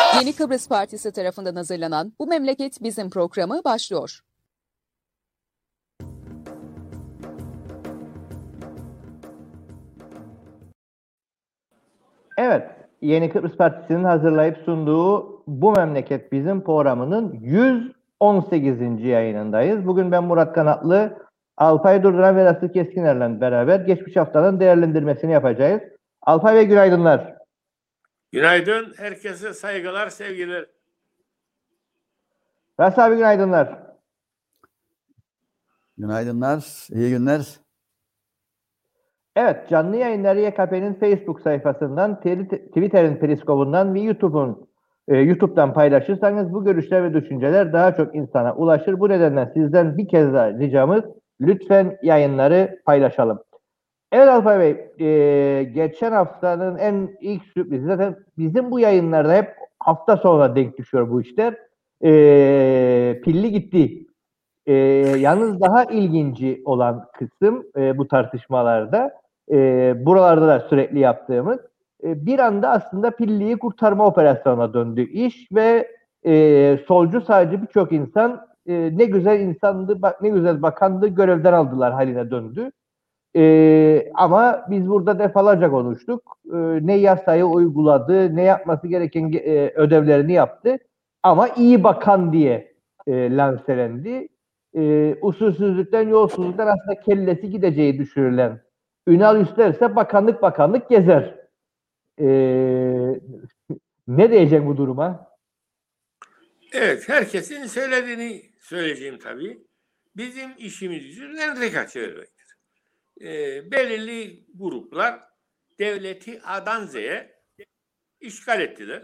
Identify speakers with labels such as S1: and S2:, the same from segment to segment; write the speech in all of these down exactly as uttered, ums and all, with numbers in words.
S1: Yeni Kıbrıs Partisi tarafından hazırlanan Bu Memleket Bizim programı başlıyor.
S2: Evet, Yeni Kıbrıs Partisi'nin hazırlayıp sunduğu Bu Memleket Bizim programının yüz on sekizinci yayınındayız. Bugün ben Murat Kanatlı, Alpay Durduran ve Rastık Keskiner'le beraber geçmiş haftanın değerlendirmesini yapacağız. Alpay Bey günaydınlar.
S3: Günaydın, herkese saygılar, sevgiler.
S2: Ras abi günaydınlar.
S4: Günaydınlar, iyi günler.
S2: Evet, canlı yayınları Y K P'nin Facebook sayfasından, Twitter'in Periskop'undan ve YouTube'un e, YouTube'dan paylaşırsanız bu görüşler ve düşünceler daha çok insana ulaşır. Bu nedenle sizden bir kez daha ricamız lütfen yayınları paylaşalım. Evet Alpay Bey, e, geçen haftanın en ilk sürprizi zaten bizim bu yayınlarda hep hafta sonuna denk düşüyor bu işler. E, pilli gitti. E, yalnız daha ilginci olan kısım e, bu tartışmalarda, e, buralarda da sürekli yaptığımız, e, bir anda aslında pilliyi kurtarma operasyonuna döndü iş ve e, solcu sadece birçok insan e, ne güzel insandı, bak ne güzel bakandı, görevden aldılar haline döndü. Ee, ama biz burada defalarca konuştuk. Ee, ne yasayı uyguladı, ne yapması gereken e, ödevlerini yaptı. Ama iyi bakan diye e, lanselendi. E, usulsüzlükten, yolsuzluktan aslında kellesi gideceği düşürülen Ünal Üstler ise bakanlık bakanlık gezer. E, ne diyecek bu duruma?
S3: Evet, herkesin söylediğini söyleyeceğim tabii. Bizim işimiz yüzünden entrika çevirmektir. E, belirli gruplar devleti A'dan Z'ye işgal ettiler.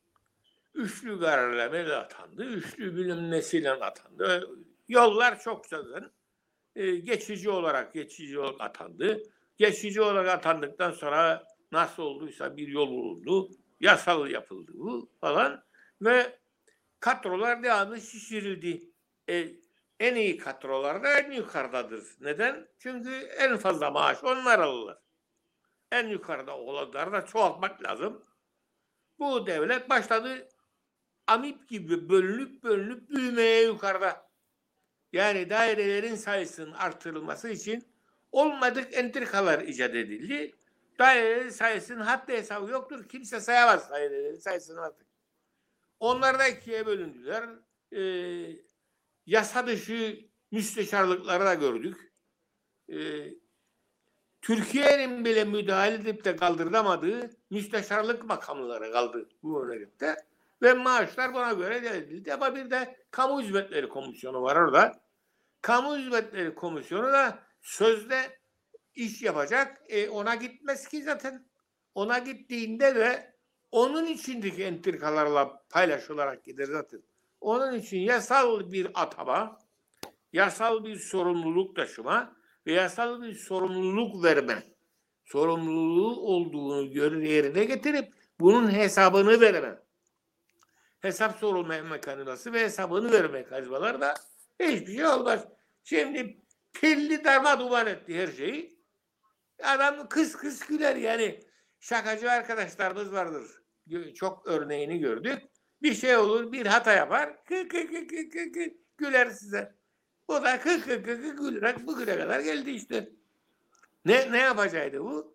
S3: Üçlü kararnameyle atandı, üçlü bilmem nesiyle atandı. Yollar çok zaten e, geçici olarak geçici olarak atandı. Geçici olarak atandıktan sonra nasıl olduysa bir yol bulundu, yasal yapıldı bu falan ve kadrolar devamlı şişirildi. E, en iyi kadrolar da en yukarıdadır. Neden? Çünkü en fazla maaş onlar alırlar. En yukarıda olanları da çoğaltmak lazım. Bu devlet başladı amip gibi bölünüp bölünüp büyümeye yukarıda. Yani dairelerin sayısının artırılması için olmadık entrikalar icat edildi. Dairelerin sayısının haddi hesabı yoktur. Kimse sayamaz dairelerin sayısını artık. Onlar da ikiye bölündüler. Ee, yasa dışı müsteşarlıkları da gördük. Ee, Türkiye'nin bile müdahale edip de kaldırılamadığı müsteşarlık makamları kaldı bu örnekte. Ve maaşlar buna göre edildi. Ama bir de Kamu Hizmetleri Komisyonu var orada. Kamu Hizmetleri Komisyonu da sözde iş yapacak. E, ona gitmez ki zaten. Ona gittiğinde de onun içindeki entrikalarla paylaşılarak gider zaten. Onun için yasal bir atama, yasal bir sorumluluk taşıma ve yasal bir sorumluluk verme, sorumluluğu olduğunu görür yerine getirip bunun hesabını verme. Hesap sorulma mekanizması ve hesabını verme mekanizmalar da hiçbir şey olmaz. Şimdi pilli darma duman etti her şeyi. Adam kıs kıs güler yani. Şakacı arkadaşlarımız vardır. Çok örneğini gördük. Bir şey olur, bir hata yapar. Kı kı kı kı kı kı güler size. O da kı kı kı kı gülerek bugüne kadar geldi işte. Ne ne yapacaktı bu?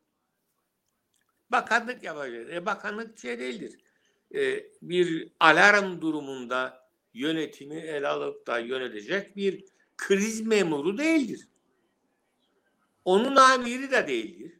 S3: Bakanlık yapacaktı. E, bakanlık şey değildir. E, bir alarm durumunda yönetimi ele alıp da yönetecek bir kriz memuru değildir. Onun amiri de değildir.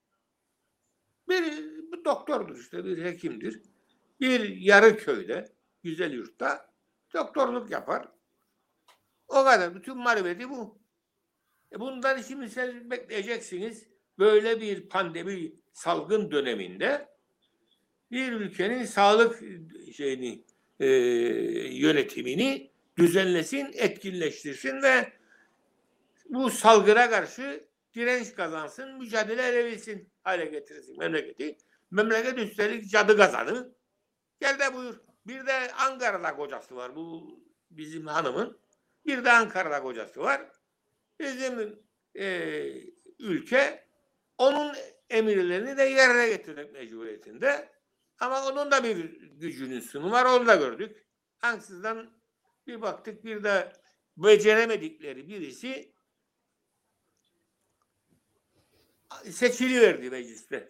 S3: Bir, bir doktordur işte, bir hekimdir. Bir yarı köyde, güzel yurtta doktorluk yapar. O kadar. Bütün marifeti bu. E bundan şimdi siz bekleyeceksiniz. Böyle bir pandemi salgın döneminde bir ülkenin sağlık şeyini e, yönetimini düzenlesin, etkinleştirsin ve bu salgına karşı direnç kazansın, mücadele edebilsin, hale getirsin memleketi. Memleket üstelik cadı kazanı. Gel de buyur. Bir de Ankara'da kocası var bu bizim hanımın. Bir de Ankara'da kocası var. Bizim e, ülke onun emirlerini de yerine getirmek mecburiyetinde. Ama onun da bir gücünün sınırı var. Onu da gördük. Ansızdan bir baktık, bir de beceremedikleri birisi seçiliverdi mecliste.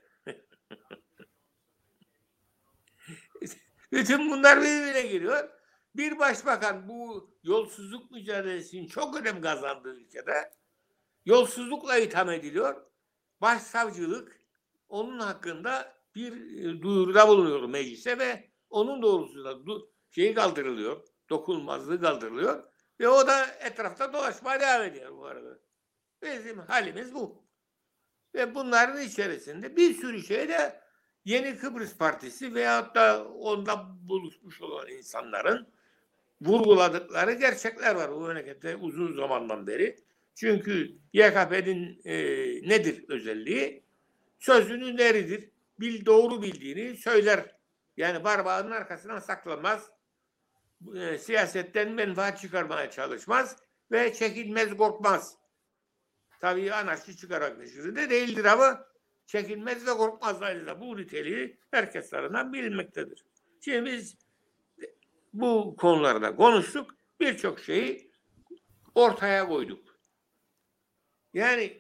S3: Bütün bunlar birbirine giriyor. Bir başbakan bu yolsuzluk mücadelesinin çok önem kazandığı ülkede yolsuzlukla itham ediliyor. Başsavcılık onun hakkında bir duyuruda bulunuyor meclise ve onun doğrultusunda du- şeyi kaldırılıyor. Dokunulmazlığı kaldırılıyor. Ve o da etrafta dolaşmaya devam ediyor bu arada. Bizim halimiz bu. Ve bunların içerisinde bir sürü şey de Yeni Kıbrıs Partisi veyahut da onda buluşmuş olan insanların vurguladıkları gerçekler var bu memlekette uzun zamandan beri. Çünkü Y K P'nin e, nedir özelliği? Sözünün eridir. Bil, doğru bildiğini söyler. Yani parmağının arkasından saklanmaz. E, siyasetten menfaat çıkarmaya çalışmaz ve çekinmez, korkmaz. Tabii anarşi çıkarak de değildir ama çekinmez ve korkmazlarıyla bu niteliği herkes tarafından bilinmektedir. Şimdi biz bu konularda konuştuk. Birçok şeyi ortaya koyduk. Yani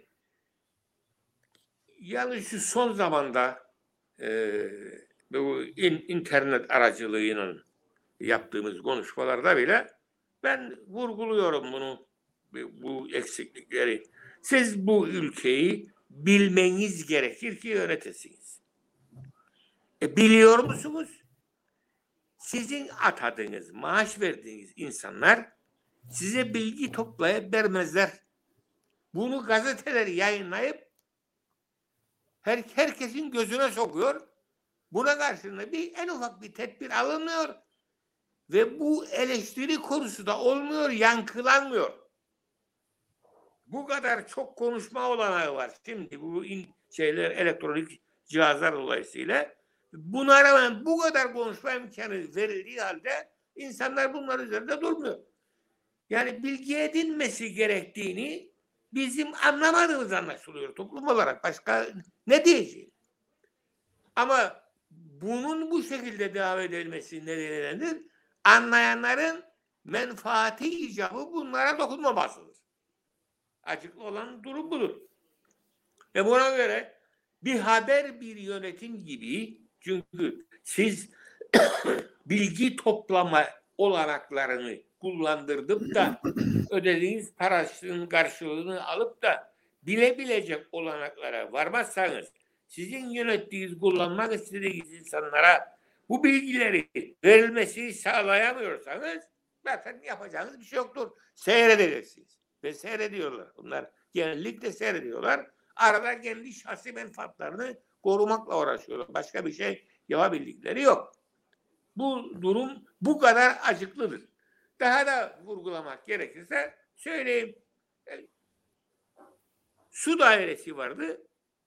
S3: yalnız şu son zamanda e, bu in, internet aracılığıyla yaptığımız konuşmalarda bile ben vurguluyorum bunu, bu eksiklikleri. Siz bu ülkeyi bilmeniz gerekir ki yönetesiniz. E, biliyor musunuz? Sizin atadığınız, maaş verdiğiniz insanlar size bilgi toplayıp vermezler. Bunu gazeteler yayınlayıp her, herkesin gözüne sokuyor. Buna karşılığında bir en ufak bir tedbir alınmıyor. Ve bu eleştiri konusu da olmuyor, yankılanmıyor. Bu kadar çok konuşma olanağı var. Şimdi bu in, şeyler elektronik cihazlar dolayısıyla buna rağmen bu kadar konuşma imkanı verildiği halde insanlar bunlar üzerinde durmuyor. Yani bilgi edinmesi gerektiğini bizim anlamadığımız anlaşılıyor toplum olarak. Başka ne diyeceğim? Ama bunun bu şekilde devam edilmesi nedeniyle anlayanların menfaati icabı bunlara dokunmamasıdır. Açık olan durum budur. Ve buna göre bir haber bir yönetim gibi, çünkü siz bilgi toplama olanaklarını kullandırdıp da ödediğiniz parasının karşılığını alıp da bilebilecek olanaklara varmazsanız, sizin yönettiğiniz, kullanmak istediğiniz insanlara bu bilgileri verilmesini sağlayamıyorsanız zaten yapacağınız bir şey yoktur. Seyredeceksiniz. Ve seyrediyorlar. Bunlar genellikle seyrediyorlar. Arada kendi şahsi menfaatlerini korumakla uğraşıyorlar. Başka bir şey yapabildikleri yok. Bu durum bu kadar acıklıdır. Daha da vurgulamak gerekirse söyleyeyim. Su dairesi vardı.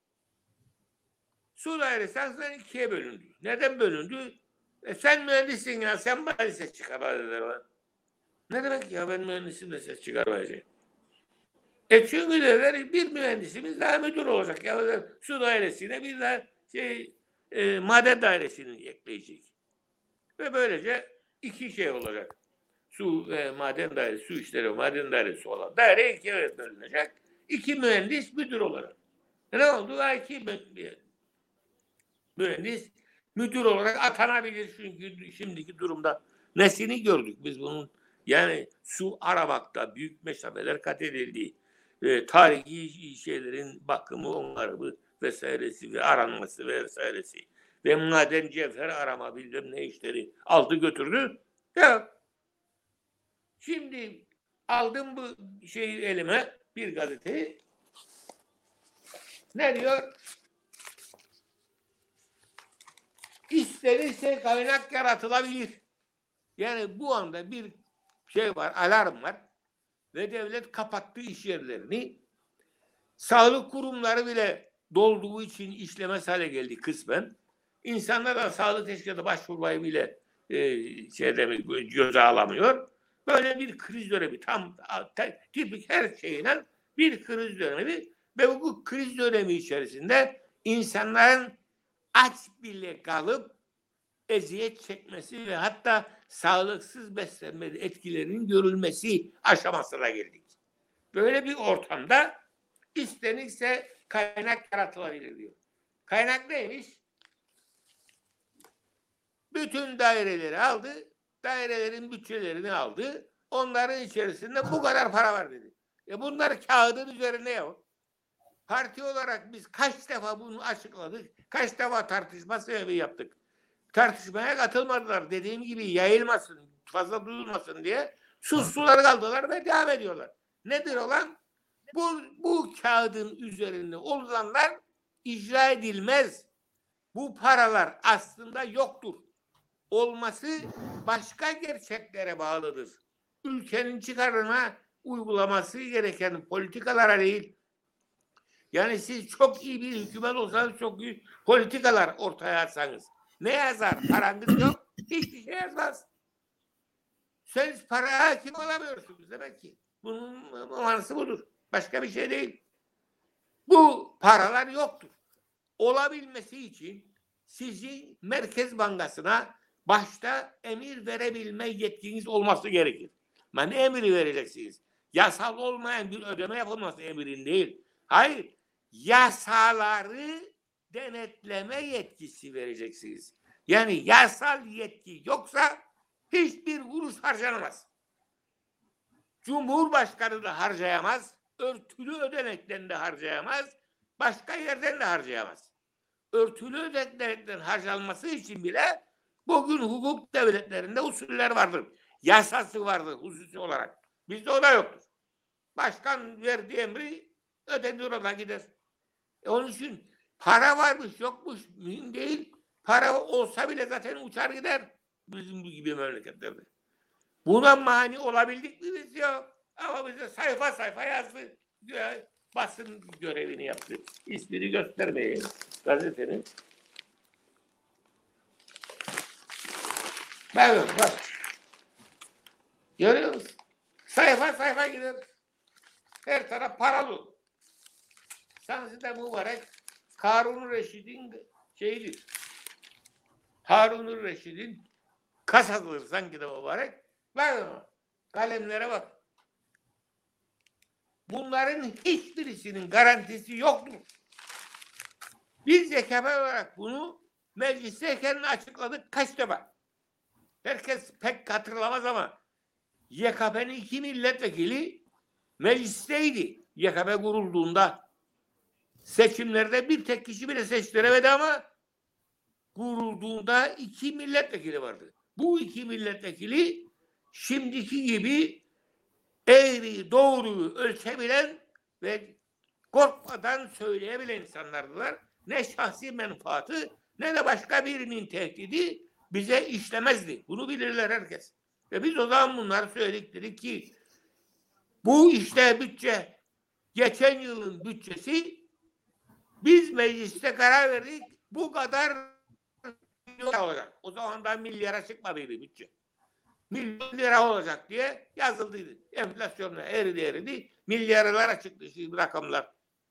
S3: Su dairesi aslında ikiye bölündü. Neden bölündü? E sen mühendissin ya, sen bana ses çıkarma. Ne demek ya, ben mühendisim de ses çıkarmayacağım. E çünkü de bir mühendisimiz daha müdür olacak. Ya su dairesine bir daha şey e, maden dairesini ekleyecek. Ve böylece iki şey olacak. Su e, maden dairesi, su işleri maden dairesi olan daire ikiye bölünecek. İki mühendis müdür olarak. E ne oldu? Ha, iki mühendis müdür olarak atanabilir. Çünkü şimdiki durumda nesini gördük biz bunun. Yani su aramakta büyük mesafeler kat edildi. E, tarihi şeylerin bakımı, onarımı vesairesi ve aranması vesairesi. Ve maden cevher arama bilmem ne işleri aldı götürdü. Ya. Şimdi aldım bu şeyi elime, bir gazeteyi. Ne diyor? İstenirse kaynak yaratılabilir. Yani bu anda bir şey var, alarm var ve devlet kapattığı iş yerlerini, sağlık kurumları bile dolduğu için işlemez hale geldi kısmen. İnsanlar da sağlık teşkilatı başvurmayı bile e, şeyde göze alamıyor. Böyle bir kriz dönemi, tam te, tipik her şeyle bir kriz dönemi ve bu kriz dönemi içerisinde insanların aç bile kalıp eziyet çekmesi ve hatta sağlıksız beslenme etkilerinin görülmesi aşamasına geldik. Böyle bir ortamda istenirse kaynak yaratılabilir diyor. Kaynak neymiş? Bütün daireleri aldı, dairelerin bütçelerini aldı. Onların içerisinde bu kadar para var dedi. E bunlar kağıdın üzerine ya. Parti olarak biz kaç defa bunu açıkladık, kaç defa tartışma sebebi yaptık. Tartışmaya katılmadılar. Dediğim gibi yayılmasın, fazla duyulmasın diye sustular kaldılar ve devam ediyorlar. Nedir olan? Bu, bu kağıdın üzerinde olanlar icra edilmez. Bu paralar aslında yoktur. Olması başka gerçeklere bağlıdır. Ülkenin çıkarına uygulaması gereken politikalara değil. Yani siz çok iyi bir hükümet olsanız çok iyi politikalar ortaya atsanız. Ne yazar? Paranız yok. Hiçbir şey yazmaz. Siz paraya hakim olamıyorsunuz demek ki. Bunun manası budur. Başka bir şey değil. Bu paralar yoktur. Olabilmesi için sizin Merkez Bankası'na başta emir verebilme yetkiniz olması gerekir. Ama ne emri vereceksiniz? Yasal olmayan bir ödeme yapılması emrin değil. Hayır. Yasaları denetleme yetkisi vereceksiniz. Yani yasal yetki yoksa hiçbir kuruş harcanamaz. Cumhurbaşkanı da harcayamaz, örtülü ödenekten de harcayamaz, başka yerden de harcayamaz. Örtülü ödenekten harcanması için bile bugün hukuk devletlerinde usuller vardır. Yasası vardır hususi olarak. Bizde o da yoktur. Başkan verdiği emri ödenir, ona gider. E onun için para varmış yokmuş mühim değil. Para olsa bile zaten uçar gider bizim gibi memleketlerde. Buna mani olabildik mi biz yok. Ama bize sayfa sayfa yazdı. Basın görevini yaptı. İsmini göstermeyin gazetenin. Bakın bak. Görüyor musun? Sayfa sayfa gider. Her taraf paralı. Sanki de mübarek Harun Reşid'in şeyidir. Harun Reşid'in kasasıdır sanki de mübarek. Bakın kalemlere bak. Bunların hiçbirisinin garantisi yoktur. Biz Y K P olarak bunu meclisteyken açıkladık kaç defa. Herkes pek hatırlamaz ama Y K P'nin iki milletvekili meclisteydi. Y K P kurulduğunda seçimlerde bir tek kişi bile seçtiremedi ama kurulduğunda iki milletvekili vardı. Bu iki milletvekili şimdiki gibi eğri doğruyu ölçebilen ve korkmadan söyleyebilen insanlardılar. Ne şahsi menfaatı ne de başka birinin tehdidi bize işlemezdi. Bunu bilirler herkes. Ve biz o zaman bunları söyledik, dedik ki bu işte bütçe, geçen yılın bütçesi, biz mecliste karar verdik, bu kadar olacak. O zaman da milyara çıkmadıydı bütçe. Milyon lira olacak diye yazıldıydı. Enflasyonla eridi eridi. Milyarlara çıktı şimdi rakamlar.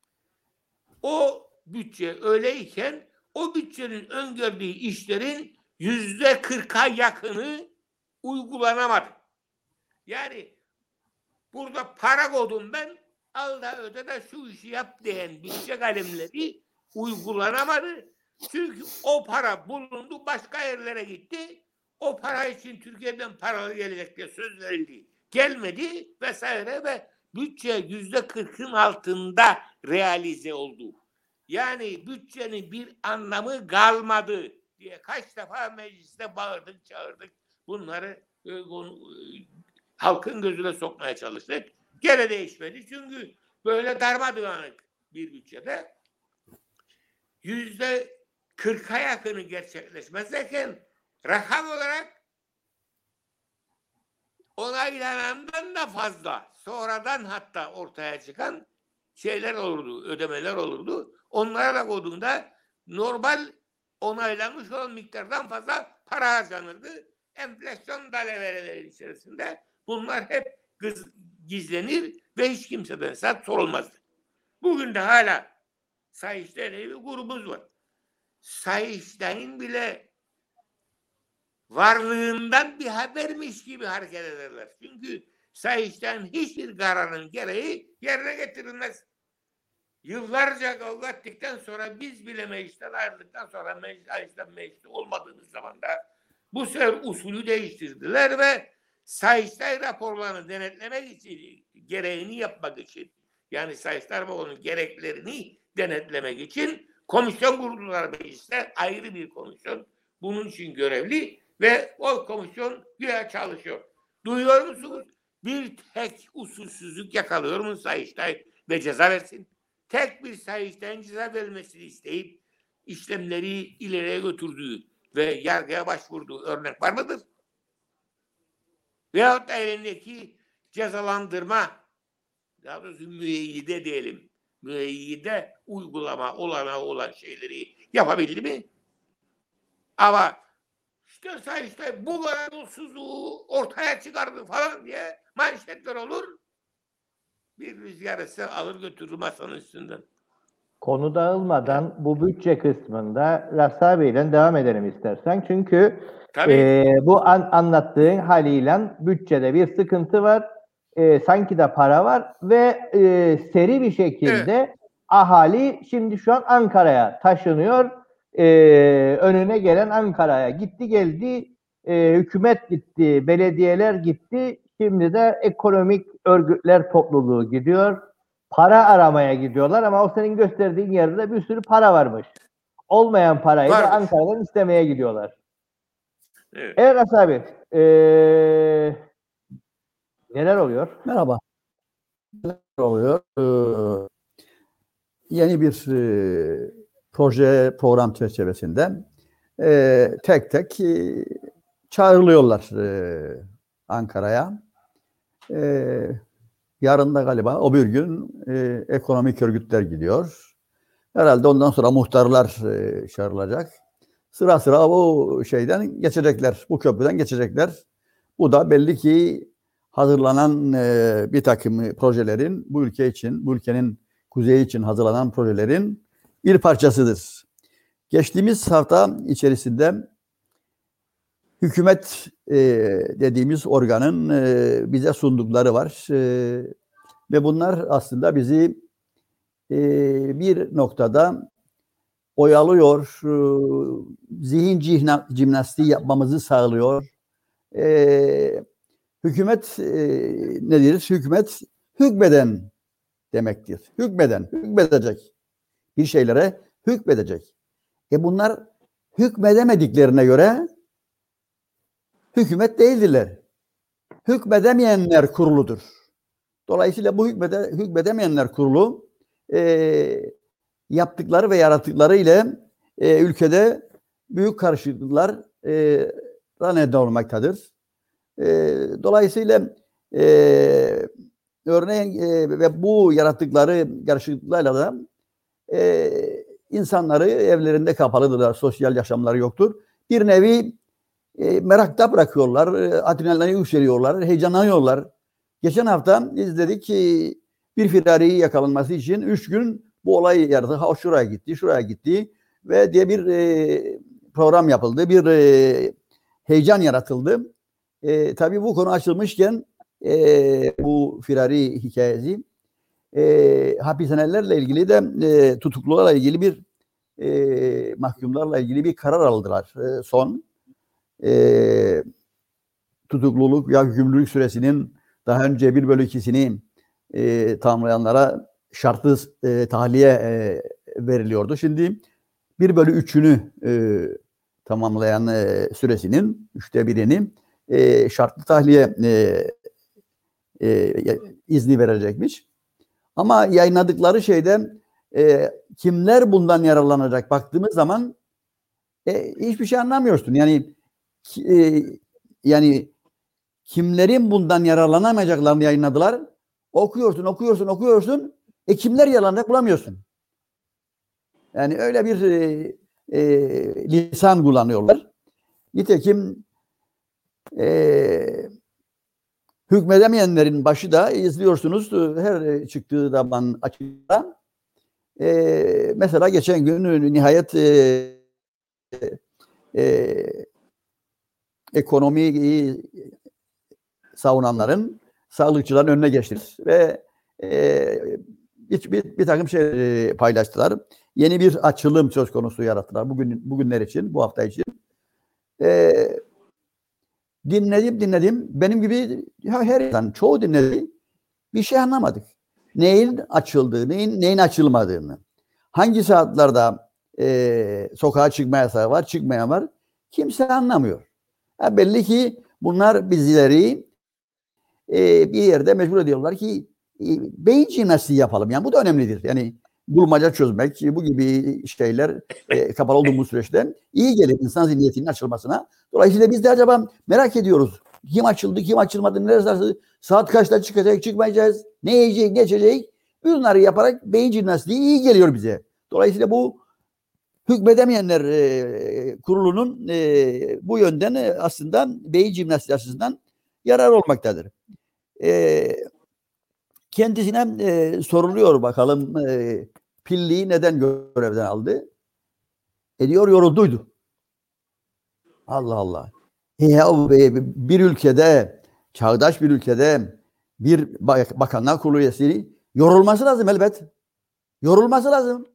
S3: O bütçe öyleyken o bütçenin öngördüğü işlerin yüzde kırka yakını uygulanamadı. Yani burada para koydum ben, al da öde de şu işi yap diyen bütçe kalemleri uygulanamadı. Çünkü o para bulundu, başka yerlere gitti. O para için Türkiye'den paralı gelecek diye söz verildi. Gelmedi vesaire ve bütçe yüzde kırkın altında realize oldu. Yani bütçenin bir anlamı kalmadı diye kaç defa mecliste bağırdık, çağırdık. Bunları e, e, halkın gözüne sokmaya çalıştık. Gene değişmedi. Çünkü böyle darmadağınık bir bütçede yüzde kırka yakını gerçekleşmezken rakam olarak onaylanandan da fazla sonradan hatta ortaya çıkan şeyler olurdu, ödemeler olurdu. Onlara da koyduğunda normal onaylanmış olan miktardan fazla para harcanırdı. Enflasyon daireleri içerisinde bunlar hep gizlenir ve hiç kimseden hesap sorulmazdı. Bugün de hala Sayıştay diye bir grubumuz var. Sayıştay'ın bile varlığından bir habermiş gibi hareket ederler. Çünkü Sayıştay'ın hiçbir kararının gereği yerine getirilmez. Yıllarca kavga ettikten sonra biz bile meclisten ayrıldıktan sonra meclis, Sayıştay meclisi olmadığımız zaman da bu sefer usulü değiştirdiler ve Sayıştay raporlarını denetlemek için, gereğini yapmak için, yani Sayıştay raporlarının gereklerini denetlemek için komisyon kurdular mecliste, ayrı bir komisyon. Bunun için görevli ve o komisyon güya çalışıyor. Duyuyor musunuz? Bir tek usulsüzlük yakalıyor mu Sayıştay ve ceza versin? Tek bir Sayıştay'ın ceza verilmesini isteyip işlemleri ileriye götürdüğü ve yargıya başvurduğu örnek var mıdır? Veyahut da elindeki cezalandırma, daha doğrusu müeyyide diyelim, müeyyide uygulama olanağı olan şeyleri yapabildi mi? Ama işte Sayıştay bu kadar yolsuzluğu ortaya çıkardı falan diye manşetler olur. Bir rüzgar ise alır götürür masanın üstünden.
S2: Konu dağılmadan bu bütçe kısmında Rassa Bey'le devam edelim istersen. Çünkü e, bu an, anlattığın haliyle bütçede bir sıkıntı var. E, sanki de para var ve e, seri bir şekilde evet. Ahali şimdi şu an Ankara'ya taşınıyor. E, önüne gelen Ankara'ya gitti geldi. E, hükümet gitti, belediyeler gitti. Şimdi de ekonomik örgütler topluluğu gidiyor. Para aramaya gidiyorlar ama o senin gösterdiğin yerde bir sürü para varmış. Olmayan parayı varmış. Da Ankara'dan istemeye gidiyorlar. Evet, evet Rassa abi. Ee, neler oluyor?
S4: Merhaba. Neler oluyor? Ee, yeni bir e, proje, program çerçevesinde e, tek tek e, çağrılıyorlar e, Ankara'ya. E, yarın da galiba o bir gün e, ekonomik örgütler gidiyor. Herhalde ondan sonra muhtarlar e, çağrılacak. Sıra sıra bu şeyden geçecekler, bu köprüden geçecekler. Bu da belli ki hazırlanan e, bir takım projelerin, bu ülke için, bu ülkenin kuzeyi için hazırlanan projelerin bir parçasıdır. Geçtiğimiz hafta içerisinde hükümet e, dediğimiz organın e, bize sundukları var. E, ve bunlar aslında bizi e, bir noktada oyalıyor, e, zihin jimnastiği yapmamızı sağlıyor. E, hükümet e, nedir? Hükümet hükmeden demektir. Hükmeden, hükmedecek. Bir şeylere hükmedecek. E bunlar hükmedemediklerine göre hükümet değildirler. Hükmedemeyenler kuruludur. Dolayısıyla bu hükmede, hükmedemeyenler kurulu e, yaptıkları ve yarattıkları ile e, ülkede büyük karışıklıklar e, neden olmaktadır. E, dolayısıyla e, örneğin e, ve bu yarattıkları karışıklıklarla da e, insanları evlerinde kapalıdırlar, sosyal yaşamları yoktur. Bir nevi e, merakta bırakıyorlar, e, adrenalini yükseliyorlar, heyecanlanıyorlar. Geçen hafta izledik ki bir firari yakalanması için üç gün bu olay yarattı. Ha şuraya gitti, şuraya gitti ve diye bir e, program yapıldı, bir e, heyecan yaratıldı. E, tabii bu konu açılmışken e, bu firari hikayesi e, hapishanelerle ilgili de e, tutuklularla ilgili bir e, mahkumlarla ilgili bir karar aldılar. E, son e, tutukluluk ya hükümlülük süresinin daha önce bir bölü ikisini e, tamamlayanlara şartlı e, tahliye e, veriliyordu. Şimdi bir bölü üçünü e, tamamlayan e, süresinin üçte birini e, şartlı tahliye e, e, izni verilecekmiş. Ama yayınladıkları şeyde e, kimler bundan yararlanacak baktığımız zaman e, hiçbir şey anlamıyorsun. Yani e, yani kimlerin bundan yararlanamayacaklarını yayınladılar. Okuyorsun, okuyorsun, okuyorsun. E kimler yararlanacak bulamıyorsun. Yani öyle bir e, e, lisan kullanıyorlar. Nitekim e, hükmedemeyenlerin başı da izliyorsunuz her çıktığı zaman açıkta. E, mesela geçen gün nihayet e, e, ekonomiyi savunanların, sağlıkçıların önüne geçtiler ve e, bir, bir, bir takım şey e, paylaştılar. Yeni bir açılım söz konusu yarattılar bugün bugünler için, bu hafta için. E, dinledim dinledim. Benim gibi ya her insan, çoğu dinledi. Bir şey anlamadık. Neyin açıldığını, neyin, neyin açılmadığını. Hangi saatlerde e, sokağa çıkma yasağı var, çıkmayan var. Kimse anlamıyor. Ha, belli ki bunlar bizleri e, bir yerde mecbur ediyorlar ki e, beyin jimnastiği yapalım. Yani bu da önemlidir. Yani bulmaca çözmek, bu gibi şeyler e, kapalı olduğumuz süreçte iyi gelir insan zihniyetinin açılmasına. Dolayısıyla biz de acaba merak ediyoruz. Kim açıldı, kim açılmadı, neresi, saat kaçta çıkacak, çıkmayacağız, ne yiyecek, ne içecek. Bunları yaparak beyin jimnastiği iyi geliyor bize. Dolayısıyla bu hükmedemeyenler e, kurulunun e, bu yönden e, aslında beyin jimnastiği açısından yarar olmaktadır. E, kendisine e, soruluyor bakalım e, Pilli'yi neden görevden aldı? E diyor yorulduydu. Allah Allah. Ya bir ülkede, çağdaş bir ülkede bir bakanlar kurulu üyesi yorulması lazım elbet. Yorulması lazım.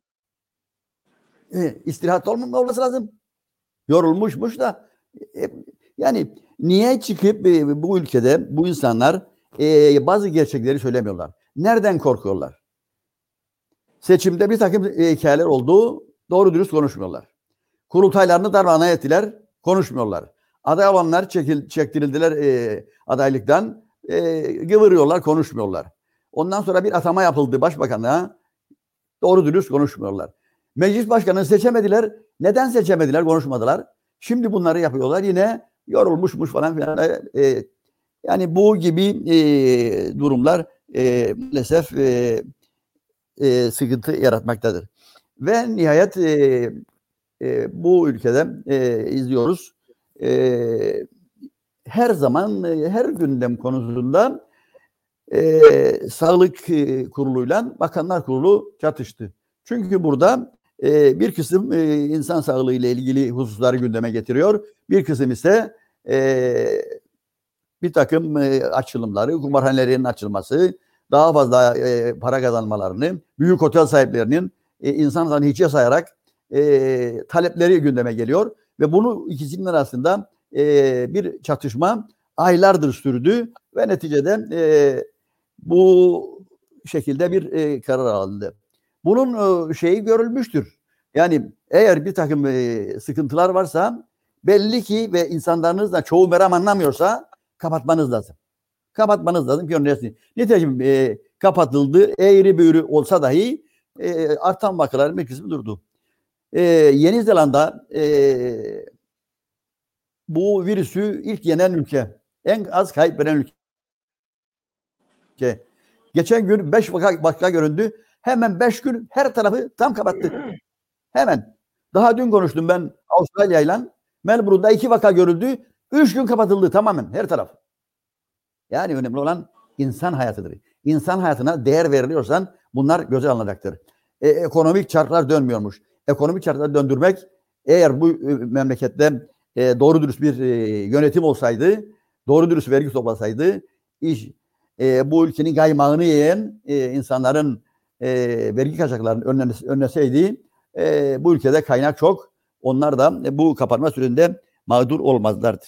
S4: E, istirahat olması lazım. Yorulmuşmuş da e, yani niye çıkıp e, bu ülkede bu insanlar e, bazı gerçekleri söylemiyorlar? Nereden korkuyorlar? Seçimde bir takım e, hikayeler oldu. Doğru dürüst konuşmuyorlar. Kurultaylarını darmadağın ettiler. Konuşmuyorlar. Aday olanlar çekil, çektirildiler e, adaylıktan. E, gıvırıyorlar, konuşmuyorlar. Ondan sonra bir atama yapıldı başbakanlığa. Doğru dürüst konuşmuyorlar. Meclis başkanını seçemediler. Neden seçemediler? Konuşmadılar. Şimdi bunları yapıyorlar. Yine yorulmuşmuş falan filan. E, yani bu gibi e, durumlar e, maalesef e, e, sıkıntı yaratmaktadır. Ve nihayet e, e, bu ülkede e, izliyoruz. E, her zaman, e, her gündem konusunda e, Sağlık e, Kurulu'yla Bakanlar Kurulu çatıştı. Çünkü burada e, bir kısım e, insan sağlığı ile ilgili hususları gündeme getiriyor. Bir kısım ise e, bir takım e, açılımları, kumarhanelerin açılması, daha fazla e, para kazanmalarını, büyük otel sahiplerinin e, insan hiçe sayarak e, talepleri gündeme geliyor. Ve bunu ikisinin arasında e, bir çatışma aylardır sürdü ve neticede e, bu şekilde bir e, karar alındı. Bunun e, şeyi görülmüştür. Yani eğer bir takım e, sıkıntılar varsa belli ki ve insanlarınız da çoğu meram anlamıyorsa kapatmanız lazım. Kapatmanız lazım ki önlesin. Nitekim e, kapatıldı. Eğri büğrü olsa dahi e, artan vakaların bir kısmı durdu. E, Yeni Zelanda e, bu virüsü ilk yenen ülke. En az kayıp veren ülke. Geçen gün beş vaka, vaka göründü. Hemen beş gün her tarafı tam kapattı. Hemen. Daha dün konuştum ben Avustralya'yla. Melbourne'da iki vaka görüldü. Üç gün kapatıldı tamamen her taraf. Yani önemli olan insan hayatıdır. İnsan hayatına değer veriliyorsan bunlar göze alınacaktır. E, ekonomik çarklar dönmüyormuş. Ekonomik çarkları döndürmek eğer bu e, memlekette e, doğru dürüst bir e, yönetim olsaydı, doğru dürüst vergi toplasaydı, iş e, bu ülkenin kaymağını yiyen e, insanların e, vergi kaçaklarını önlese, önleseydi e, bu ülkede kaynak çok. Onlar da e, bu kapanma sürecinde mağdur olmazlardı.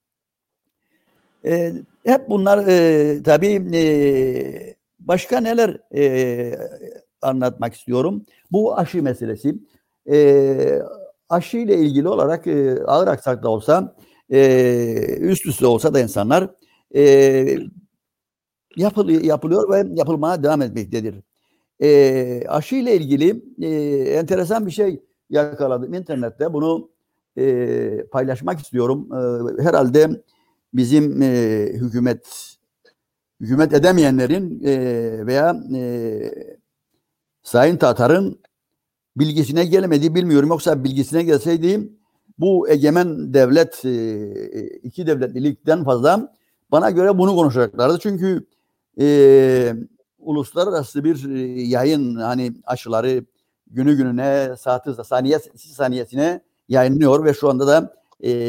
S4: E, hep bunlar e, tabii e, başka neler e, anlatmak istiyorum. Bu aşı meselesi. E, aşı ile ilgili olarak e, ağır aksak da olsa e, üst üste olsa da insanlar e, yapıl, yapılıyor ve yapılmaya devam etmektedir. E, aşı ile ilgili e, enteresan bir şey yakaladım internette. Bunu e, paylaşmak istiyorum. E, herhalde bizim e, hükümet hükümet edemeyenlerin e, veya e, Sayın Tatar'ın bilgisine gelmediği bilmiyorum. Yoksa bilgisine gelseydi bu egemen devlet e, iki devletlilikten fazla bana göre bunu konuşacaklardı. Çünkü e, uluslararası bir yayın hani aşıları günü gününe saati saniye saniyesine yayınlıyor ve şu anda da e, bir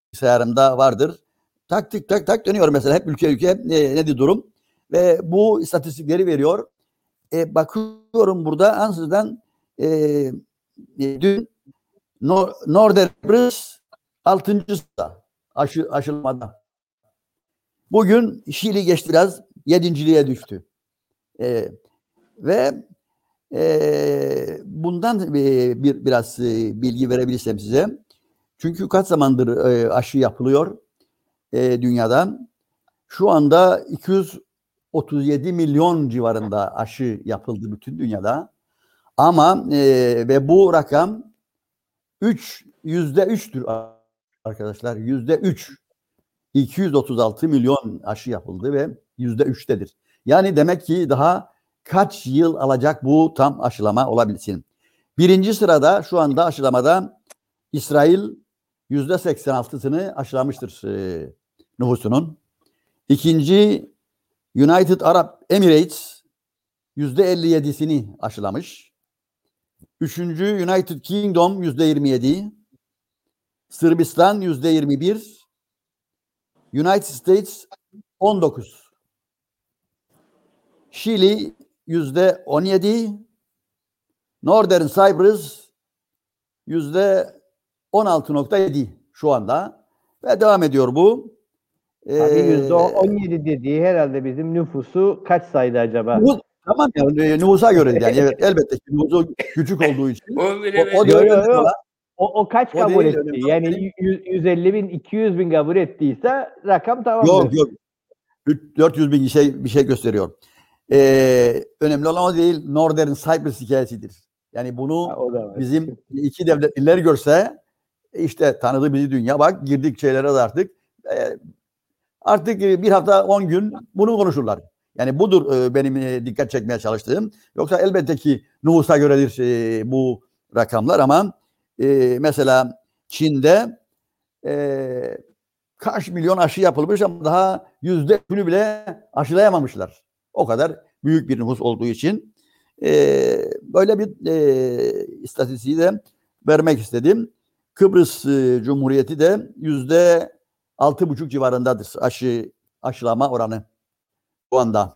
S4: bilgisayarımda vardır. Tak tık tak tak dönüyor mesela. Hep ülke ülke e, nedir durum? Ve bu istatistikleri veriyor. E, bakıyorum burada ansızdan e, e, dün no, Northern altıncı sırada aşı, aşılamada. Bugün Şili geçti biraz. Yedinciliğe düştü. E, ve e, bundan bir, bir biraz e, bilgi verebilirsem size. Çünkü kaç zamandır e, aşı yapılıyor e, dünyada. Şu anda iki yüz otuz yedi milyon civarında aşı yapıldı bütün dünyada. Ama e, ve bu rakam üç yüzde üçtür arkadaşlar. Yüzde üç. iki yüz otuz altı milyon aşı yapıldı ve yüzde üçtedir. Yani demek ki daha kaç yıl alacak bu tam aşılama olabilsin. Birinci sırada şu anda aşılamada İsrail yüzde seksen altısını aşılamıştır e, nüfusunun. İkinci United Arab Emirates yüzde elli yedisini aşılamış. Üçüncü United Kingdom yüzde yirmi yedi. Sırbistan yüzde yirmi bir. United States on dokuz. Şili yüzde on yedi. Northern Cyprus yüzde on altı nokta yedi şu anda. Ve devam ediyor bu.
S2: Abi yüzde on yedi dediği herhalde bizim nüfusu kaç saydı acaba?
S4: Nüfus, tamam ya nüfusa göre yani evet, elbette ki nüfusu küçük olduğu için.
S3: O
S4: o,
S3: bile
S4: o,
S2: Yo,
S4: da
S2: yo, yo.
S4: olan,
S2: O, o kaç
S4: O
S2: kabul
S4: değil,
S2: etti?
S4: önemli
S2: Yani
S4: olan
S2: yüz- yüz elli bin, iki yüz bin kabul ettiyse rakam tamamdır.
S4: yok yok. dört yüz bin bir şey bir şey gösteriyor. Ee, önemli olan o değil. Northern Cyprus hikayesidir. Yani bunu
S2: Ha, o da var.
S4: bizim iki devletliler görse işte tanıdı bizi dünya. Bak girdik şeylere de artık. Ee, artık bir hafta on gün bunu konuşurlar. Yani budur e, benim e, dikkat çekmeye çalıştığım. Yoksa elbette ki nüfusa göredir e, bu rakamlar ama e, mesela Çin'de e, kaç milyon aşı yapılmış ama daha yüzde üçünü bile aşılayamamışlar. O kadar büyük bir nüfus olduğu için e, böyle bir e, istatistiği de vermek istedim. Kıbrıs e, Cumhuriyeti de yüzde altı buçuk civarındadır aşı aşılama oranı şu anda.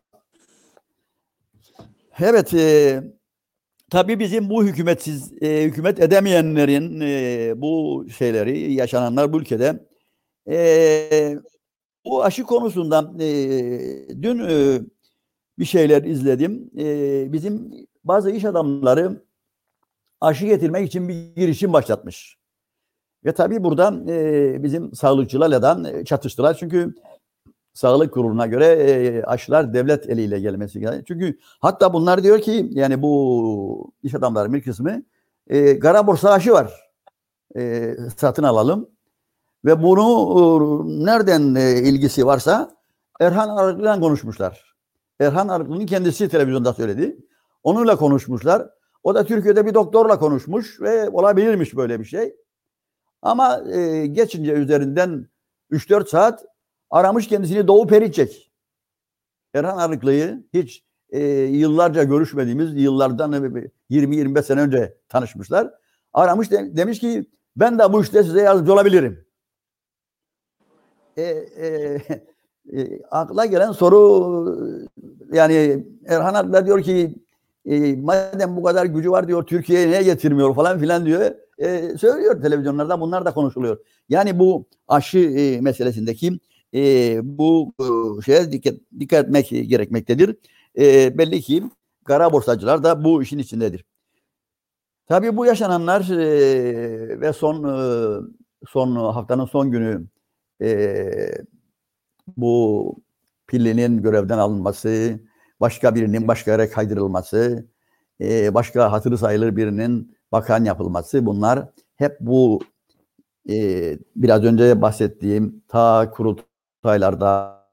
S4: Evet, e, tabii bizim bu hükümetsiz, e, hükümet edemeyenlerin e, bu şeyleri, yaşananlar bu ülkede e, bu aşı konusunda e, dün e, bir şeyler izledim. E, bizim bazı iş adamları aşı getirmek için bir girişim başlatmış. Ve tabii burada e, bizim sağlıkçılarla da çatıştılar. Çünkü Sağlık Kurulu'na göre e, aşılar devlet eliyle gelmesi gerekiyor. Çünkü hatta bunlar diyor ki yani bu iş adamlarının bir kısmı e, kara borsa aşı var. E, satın alalım. Ve bunu e, nereden e, ilgisi varsa Erhan Arıklı'dan konuşmuşlar. Erhan Arıklı'nın kendisi televizyonda söyledi. Onunla konuşmuşlar. O da Türkiye'de bir doktorla konuşmuş ve olabilirmiş böyle bir şey. Ama e, geçince üzerinden üç dört saat aramış kendisini Doğu Perinçek. Erhan Arıklı'yı hiç e, yıllarca görüşmediğimiz, yıllardan yirmi yirmi beş sene önce tanışmışlar. Aramış de, demiş ki ben de bu işte size yardımcı olabilirim. E, e, e, akla gelen soru yani Erhan Arıklı diyor ki e, madem bu kadar gücü var diyor Türkiye'ye niye getirmiyor falan filan diyor. E, söylüyor televizyonlarda bunlar da konuşuluyor. Yani bu aşı e, meselesindeki e, bu e, şeye dikkat, dikkat etmek gerekmektedir. E, belli ki kara borsacılar da bu işin içindedir. Tabii bu yaşananlar e, ve son e, son haftanın son günü e, bu Pilli'nin görevden alınması, başka birinin başka yere kaydırılması, e, başka hatırı sayılır birinin bakan yapılması bunlar hep bu e, biraz önce bahsettiğim ta kurultaylarda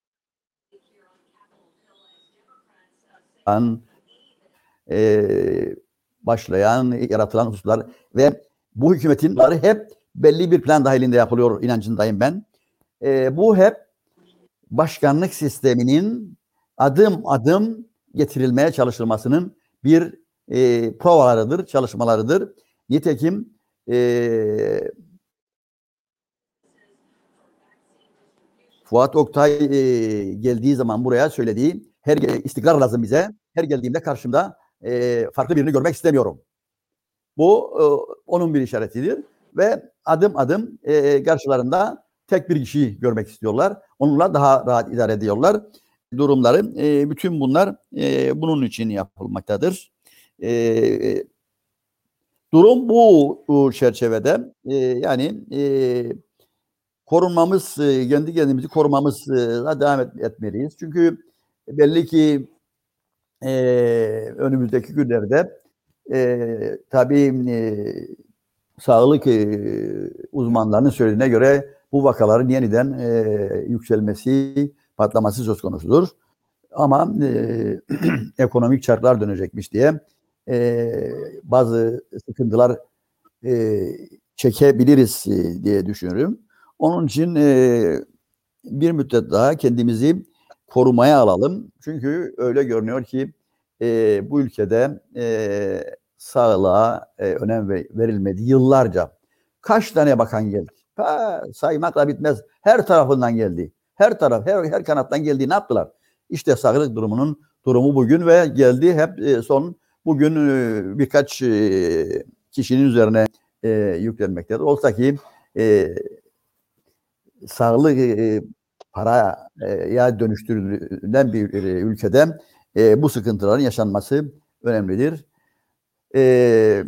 S4: e, başlayan, yaratılan hususlar ve bu hükümetin hep belli bir plan dahilinde yapılıyor inancındayım ben. E, bu hep başkanlık sisteminin adım adım getirilmeye çalışılmasının bir e, provalarıdır, çalışmalarıdır. Nitekim e, Fuat Oktay e, geldiği zaman buraya söylediği her istikrar lazım bize. Her geldiğimde karşımda e, farklı birini görmek istemiyorum. Bu e, onun bir işaretidir ve adım adım e, karşılarında tek bir kişiyi görmek istiyorlar. Onunla daha rahat idare ediyorlar durumları. E, bütün bunlar e, bunun için yapılmaktadır. E, durum bu, bu çerçevede e, yani e, korunmamız, e, kendi kendimizi korumamızla devam et, etmeliyiz. Çünkü belli ki e, önümüzdeki günlerde e, tabii e, sağlık e, uzmanlarının söylediğine göre bu vakaların yeniden e, yükselmesi, patlaması söz konusudur. Ama e, ekonomik çarklar dönecekmiş diye e, bazı sıkıntılar e, çekebiliriz e, diye düşünüyorum. Onun için e, bir müddet daha kendimizi korumaya alalım. Çünkü öyle görünüyor ki e, bu ülkede e, sağlığa e, önem verilmedi yıllarca. Kaç tane bakan geldi? Ha, saymakla bitmez. Her tarafından geldi. Her taraf, her, her kanattan geldi. Ne yaptılar? İşte sağlık durumunun durumu bugün ve geldi hep e, son bugün e, birkaç e, kişinin üzerine e, yüklenmektedir. Olsa ki e, sağlık e, paraya dönüştürülen bir e, ülkede e, bu sıkıntıların yaşanması önemlidir. E,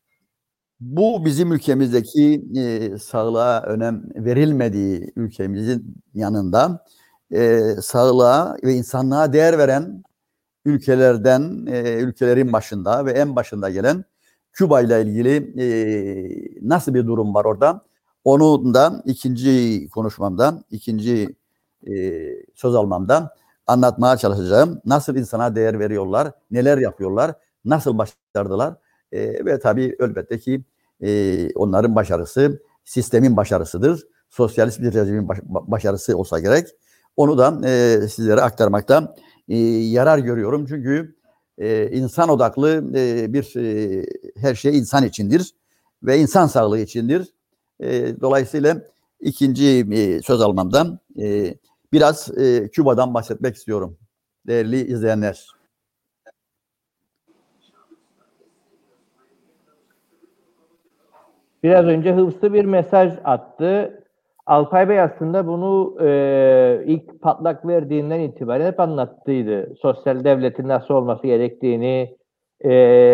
S4: bu bizim ülkemizdeki e, sağlığa önem verilmediği ülkemizin yanında e, sağlığa ve insanlığa değer veren ülkelerden, e, ülkelerin başında ve en başında gelen Küba ile ilgili e, nasıl bir durum var orada? Onu da ikinci konuşmamda, ikinci e, söz almamda anlatmaya çalışacağım. Nasıl insana değer veriyorlar, neler yapıyorlar, nasıl başardılar e, ve tabii elbette ki e, onların başarısı sistemin başarısıdır. Sosyalist bir rejimin baş, başarısı olsa gerek. Onu da e, sizlere aktarmakta e, yarar görüyorum. Çünkü e, insan odaklı e, bir e, her şey insan içindir ve insan sağlığı içindir. E, dolayısıyla ikinci e, söz almamdan e, biraz e, Küba'dan bahsetmek istiyorum. Değerli izleyenler.
S2: Biraz önce Hıfzı bir mesaj attı. Alpay Bey aslında bunu e, ilk patlak verdiğinden itibaren hep anlattıydı. Sosyal devletin nasıl olması gerektiğini, e,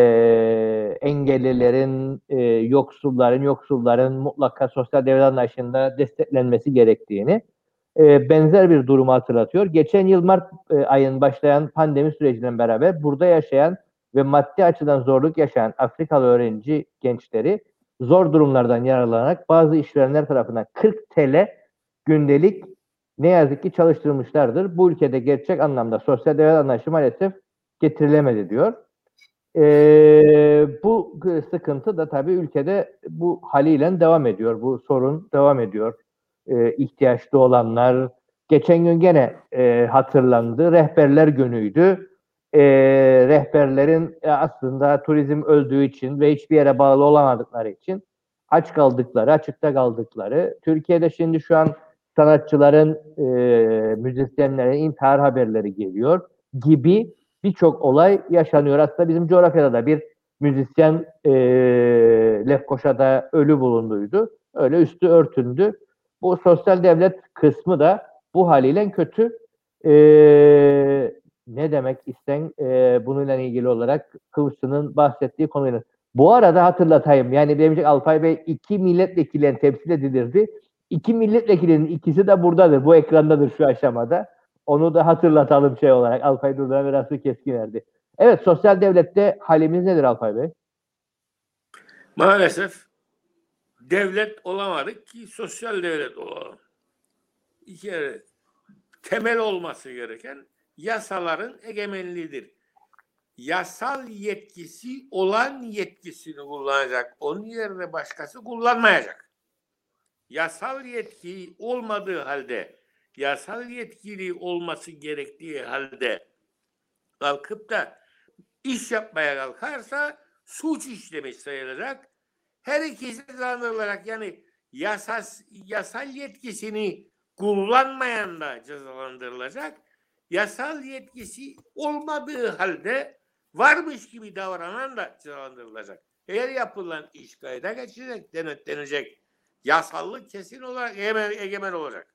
S2: engellilerin, e, yoksulların, yoksulların mutlaka sosyal devlet anlayışında desteklenmesi gerektiğini e, benzer bir durumu hatırlatıyor. Geçen yıl Mart e, ayın başlayan pandemi süreciyle beraber burada yaşayan ve maddi açıdan zorluk yaşayan Afrikalı öğrenci gençleri zor durumlardan yararlanarak bazı işverenler tarafından kırk TL gündelik ne yazık ki çalıştırılmışlardır. Bu ülkede gerçek anlamda sosyal devlet anlayışı maalesef getirilemedi diyor. Ee, bu sıkıntı da tabii ülkede bu haliyle devam ediyor. Bu sorun devam ediyor. Ee, ihtiyaçlı olanlar. Geçen gün gene e, hatırlandı. Rehberler günüydü. E, rehberlerin aslında turizm öldüğü için ve hiçbir yere bağlı olamadıkları için aç kaldıkları, açıkta kaldıkları, Türkiye'de şimdi şu an sanatçıların, e, müzisyenlerin intihar haberleri geliyor gibi birçok olay yaşanıyor. Aslında bizim coğrafyada da bir müzisyen e, Lefkoşa'da ölü bulunduydu. Öyle üstü örtündü. Bu sosyal devlet kısmı da bu haliyle kötü. Eee ne demek isten e, bununla ilgili olarak Kıvırcık'ın bahsettiği konuyla. Bu arada hatırlatayım. Yani demeyecek Alpay Bey iki milletvekilinin temsil edilirdi. İki milletvekilinin ikisi de buradadır. Bu ekrandadır şu aşamada. Onu da hatırlatalım şey olarak. Alpay Durdan ve Rasul Keskiner'di. Evet, sosyal devlette halimiz nedir Alpay Bey?
S3: Maalesef devlet olamadık ki sosyal devlet olalım. Bir kere temel olması gereken yasaların egemenliğidir. Yasal yetkisi olan yetkisini kullanacak. Onun yerine başkası kullanmayacak. Yasal yetki olmadığı halde, yasal yetkili olması gerektiği halde kalkıp da iş yapmaya kalkarsa suç işlemiş sayılacak. Her ikisi zanlı olarak yani yasas, yasal yetkisini kullanmayan da cezalandırılacak. Yasal yetkisi olmadığı halde varmış gibi davranan da cezalandırılacak. Eğer yapılan iş kayda geçirecek, denetlenecek. Yasallık kesin olarak egemen, egemen olacak.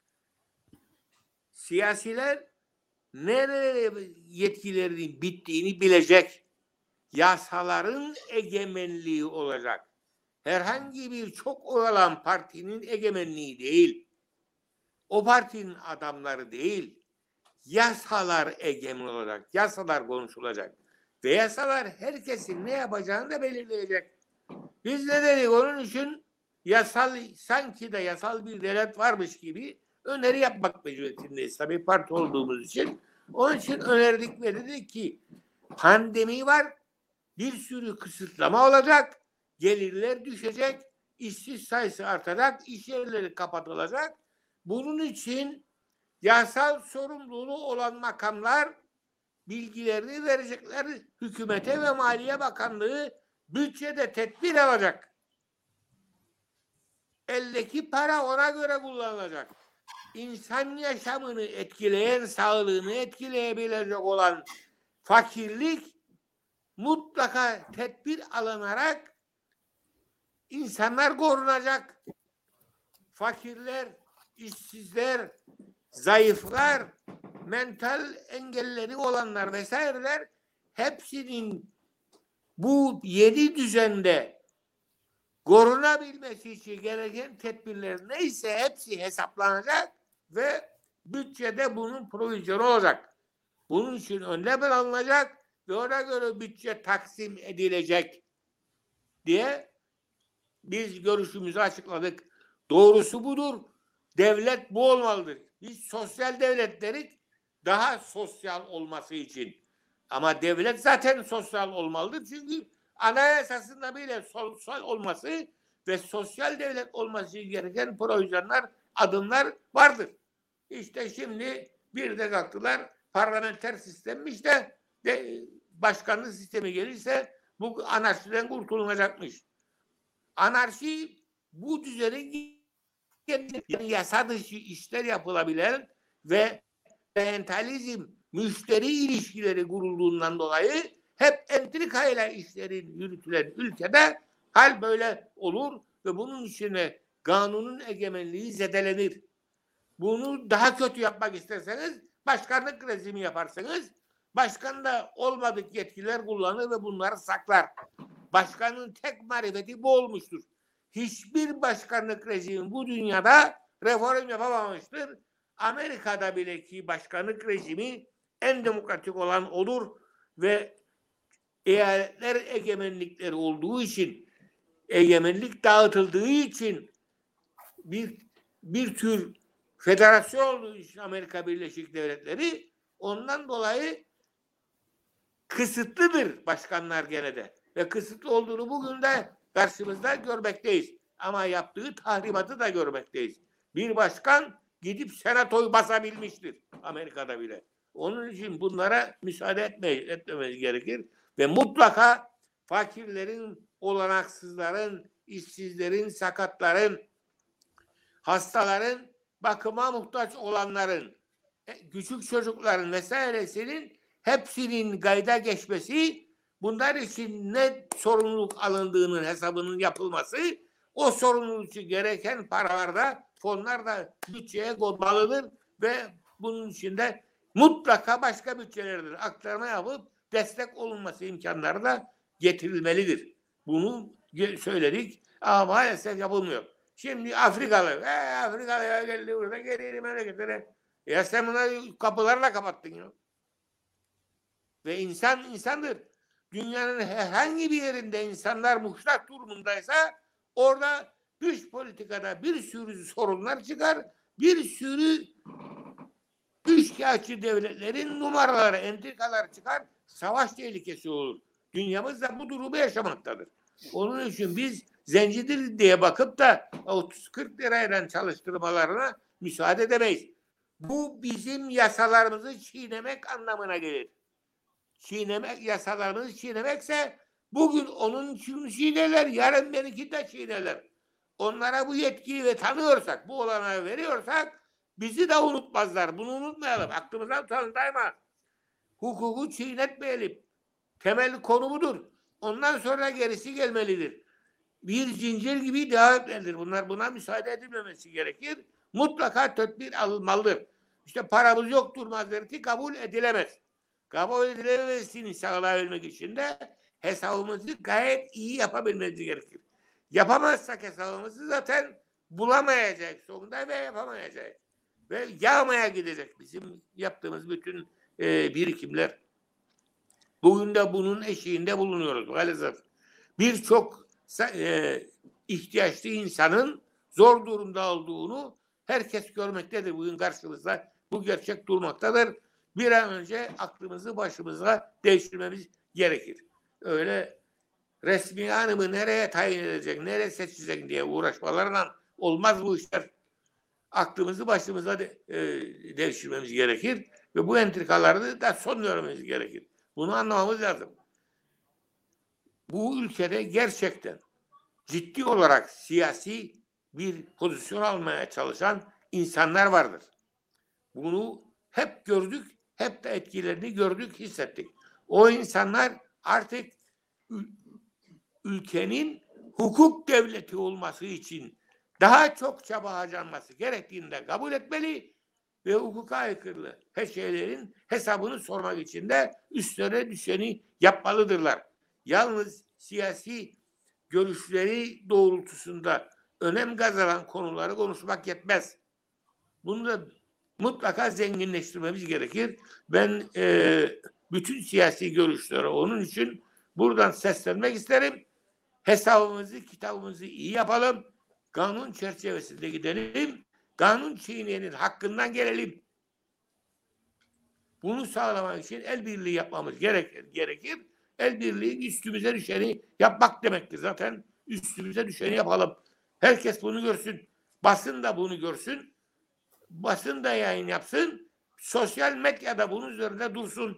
S3: Siyasiler nereye yetkilerinin bittiğini bilecek. Yasaların egemenliği olacak. Herhangi bir çok olan partinin egemenliği değil. O partinin adamları değil. Yasalar egemen olacak. Yasalar konuşulacak. Ve yasalar herkesin ne yapacağını da belirleyecek. Biz ne dedik onun için yasal, sanki de yasal bir devlet varmış gibi öneri yapmak mecburiyetindeyiz. Tabii parti olduğumuz için. Onun için önerdik ve dedik ki pandemi var. Bir sürü kısıtlama olacak. Gelirler düşecek. İşsiz sayısı artacak. İş yerleri kapatılacak. Bunun için yasal sorumluluğu olan makamlar bilgilerini verecekler. Hükümete ve Maliye Bakanlığı bütçede tedbir alacak. Eldeki para ona göre kullanılacak. İnsan yaşamını etkileyen, sağlığını etkileyebilecek olan fakirlik mutlaka tedbir alınarak insanlar korunacak. Fakirler, işsizler, zayıflar, mental engelleri olanlar vesaireler hepsinin bu yeni düzende korunabilmesi için gereken tedbirler neyse hepsi hesaplanacak ve bütçede bunun provizyonu olacak. Bunun için önlem alınacak ve ona göre bütçe taksim edilecek diye biz görüşümüzü açıkladık. Doğrusu budur. Devlet bu olmalıdır. Biz sosyal devlet dedik daha sosyal olması için. Ama devlet zaten sosyal olmalıdır. Çünkü anayasasında bile sosyal olması ve sosyal devlet olması gereken provizyonlar, adımlar vardır. İşte şimdi bir de kalktılar parlamenter sistemmiş de, de başkanlık sistemi gelirse bu anarşiden kurtulunacakmış. Anarşi bu düzenin yani yasa dışı işler yapılabilen ve klientelizm, müşteri ilişkileri kurulduğundan dolayı hep entrikayla işlerin yürütülen ülkede hal böyle olur ve bunun içine kanunun egemenliği zedelenir. Bunu daha kötü yapmak isterseniz başkanlık rejimi yaparsınız. Başkan da olmadık yetkiler kullanır ve bunları saklar. Başkanın tek marifeti bu olmuştur. Hiçbir başkanlık rejimi bu dünyada reform yapamamıştır. Amerika'da bile ki başkanlık rejimi en demokratik olan olur ve eyaletler egemenlikleri olduğu için, egemenlik dağıtıldığı için bir bir tür federasyon olduğu için Amerika Birleşik Devletleri ondan dolayı kısıtlıdır başkanlar gene de. Ve kısıtlı olduğunu bugün de karşımızda görmekteyiz. Ama yaptığı tahribatı da görmekteyiz. Bir başkan gidip senatoyu basabilmiştir Amerika'da bile. Onun için bunlara müsaade etmeyiz, etmemiz gerekir. Ve mutlaka fakirlerin, olanaksızların, işsizlerin, sakatların, hastaların, bakıma muhtaç olanların, küçük çocukların vesairesinin hepsinin kayda geçmesi, bunlar için ne sorumluluk alındığının hesabının yapılması, o sorumluluk için gereken paralarda, fonlar da bütçeye konmalıdır ve bunun için de mutlaka başka bütçelerdir. Aktarma yapıp destek olunması imkanları da getirilmelidir. Bunu söyledik ama maalesef yapılmıyor. Şimdi Afrikalı, ee, Afrikalı'ya geldi burada geri memleketlere. Ya sen bunları kapılarla kapattın ya. Ve insan insandır. Dünyanın herhangi bir yerinde insanlar muhtaç durumundaysa orada dış politikada bir sürü sorunlar çıkar. Bir sürü üçkağıtçı devletlerin numaraları, entrikalar çıkar. Savaş tehlikesi olur. Dünyamız da bu durumu yaşamaktadır. Onun için biz zencidir diye bakıp da otuz kırk lirayla çalıştırmalarına müsaade edemeyiz. Bu bizim yasalarımızı çiğnemek anlamına gelir. Çiğnemek, yasalarımızı çiğnemekse bugün onun için çiğnerler, yarın benimki de çiğnerler. Onlara bu yetkiyi ve tanıyorsak, bu olanağı veriyorsak bizi de unutmazlar. Bunu unutmayalım. Aklımızdan tutalım daima. Hukuku çiğnetmeyelim. Temel konu budur. Ondan sonra gerisi gelmelidir. Bir zincir gibi devam etmelidir. Bunlar buna müsaade edilmemesi gerekir. Mutlaka tedbir alınmalıdır. İşte paramız yoktur mazereti kabul edilemez. Kabul edilememesini sağlayabilmek için de hesabımızı gayet iyi yapabilmemiz gerekir. Yapamazsak hesabımızı zaten bulamayacak sonunda ve yapamayacak. Ve yağmaya gidecek bizim yaptığımız bütün e, birikimler. Bugün de bunun eşiğinde bulunuyoruz maalesef. Birçok e, ihtiyaçlı insanın zor durumda olduğunu herkes görmektedir. Bugün karşımızda bu gerçek durmaktadır. Bir an önce aklımızı başımıza değiştirmemiz gerekir. Öyle resmi hanımı nereye tayin edecek, nereye seçecek diye uğraşmalarla olmaz bu işler. Aklımızı başımıza de, e, değiştirmemiz gerekir ve bu entrikaları da son vermemiz gerekir. Bunu anlamamız lazım. Bu ülkede gerçekten ciddi olarak siyasi bir pozisyon almaya çalışan insanlar vardır. Bunu hep gördük, hep de etkilerini gördük, hissettik. O insanlar artık ülkenin hukuk devleti olması için daha çok çaba harcanması gerektiğini de kabul etmeli ve hukuka aykırı her şeylerin hesabını sormak için de üstlerine düşeni yapmalıdırlar. Yalnız siyasi görüşleri doğrultusunda önem kazanan konuları konuşmak yetmez. Bunu da mutlaka zenginleştirmemiz gerekir. Ben e, bütün siyasi görüşleri onun için buradan seslenmek isterim. Hesabımızı, kitabımızı iyi yapalım. Kanun çerçevesinde gidelim. Kanun çiğneyenin hakkından gelelim. Bunu sağlamak için el birliği yapmamız gerekir. gerekir. El birliği üstümüze düşeni yapmak demektir. Zaten üstümüze düşeni yapalım. Herkes bunu görsün. Basın da bunu görsün. Basın da yayın yapsın. Sosyal medyada bunun üzerinde dursun.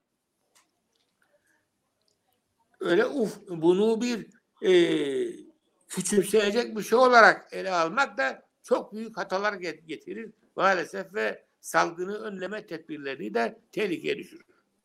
S3: Öyle uf, bunu bir e, küçümseyecek bir şey olarak ele almak da çok büyük hatalar getirir maalesef ve salgını önleme tedbirlerini de tehlikeye düşürür.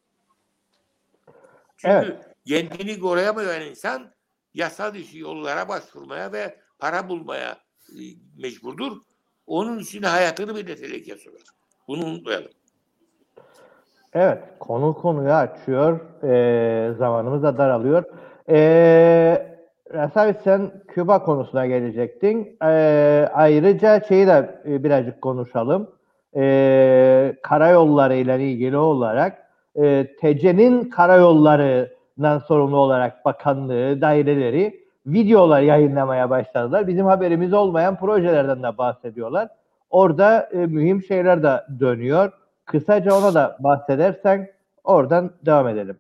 S3: Çünkü evet, kendini koruyamayan insan yasa dışı yollara başvurmaya ve para bulmaya e, mecburdur. Onun için hayatını bir de tehlikeye sokar. Bunu unutmayalım.
S2: Evet, konu konuyu açıyor. E, zamanımız da daralıyor. E, Rasavit, sen Küba konusuna gelecektin. E, ayrıca şeyi de e, birazcık konuşalım. E, karayolları ile ilgili olarak e, T C'nin karayollarından sorumlu olarak bakanlığı, daireleri videolar yayınlamaya başladılar. Bizim haberimiz olmayan projelerden de bahsediyorlar. Orada e, mühim şeyler de dönüyor. Kısaca ona da bahsedersen oradan devam edelim.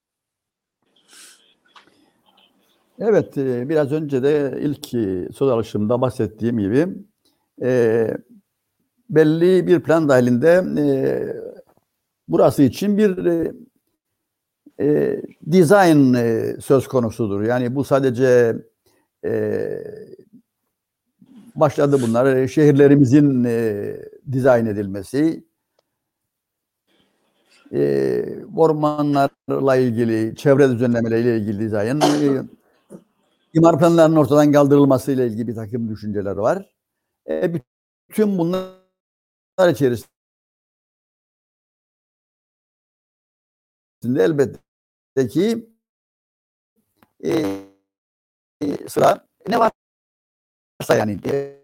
S4: Evet, biraz önce de ilk söz alışımda bahsettiğim gibi e, belli bir plan dahilinde e, burası için bir e, e, dizayn e, söz konusudur. Yani bu sadece e, başladı bunlar. Şehirlerimizin e, dizayn edilmesi, e, ormanlarla ilgili, çevre düzenlemeleriyle ilgili dizayn, e, imar planlarının ortadan kaldırılmasıyla ilgili bir takım düşünceler var. E, bütün bunlar içerisinde elbette ki e, e, sıra ne varsa yani e,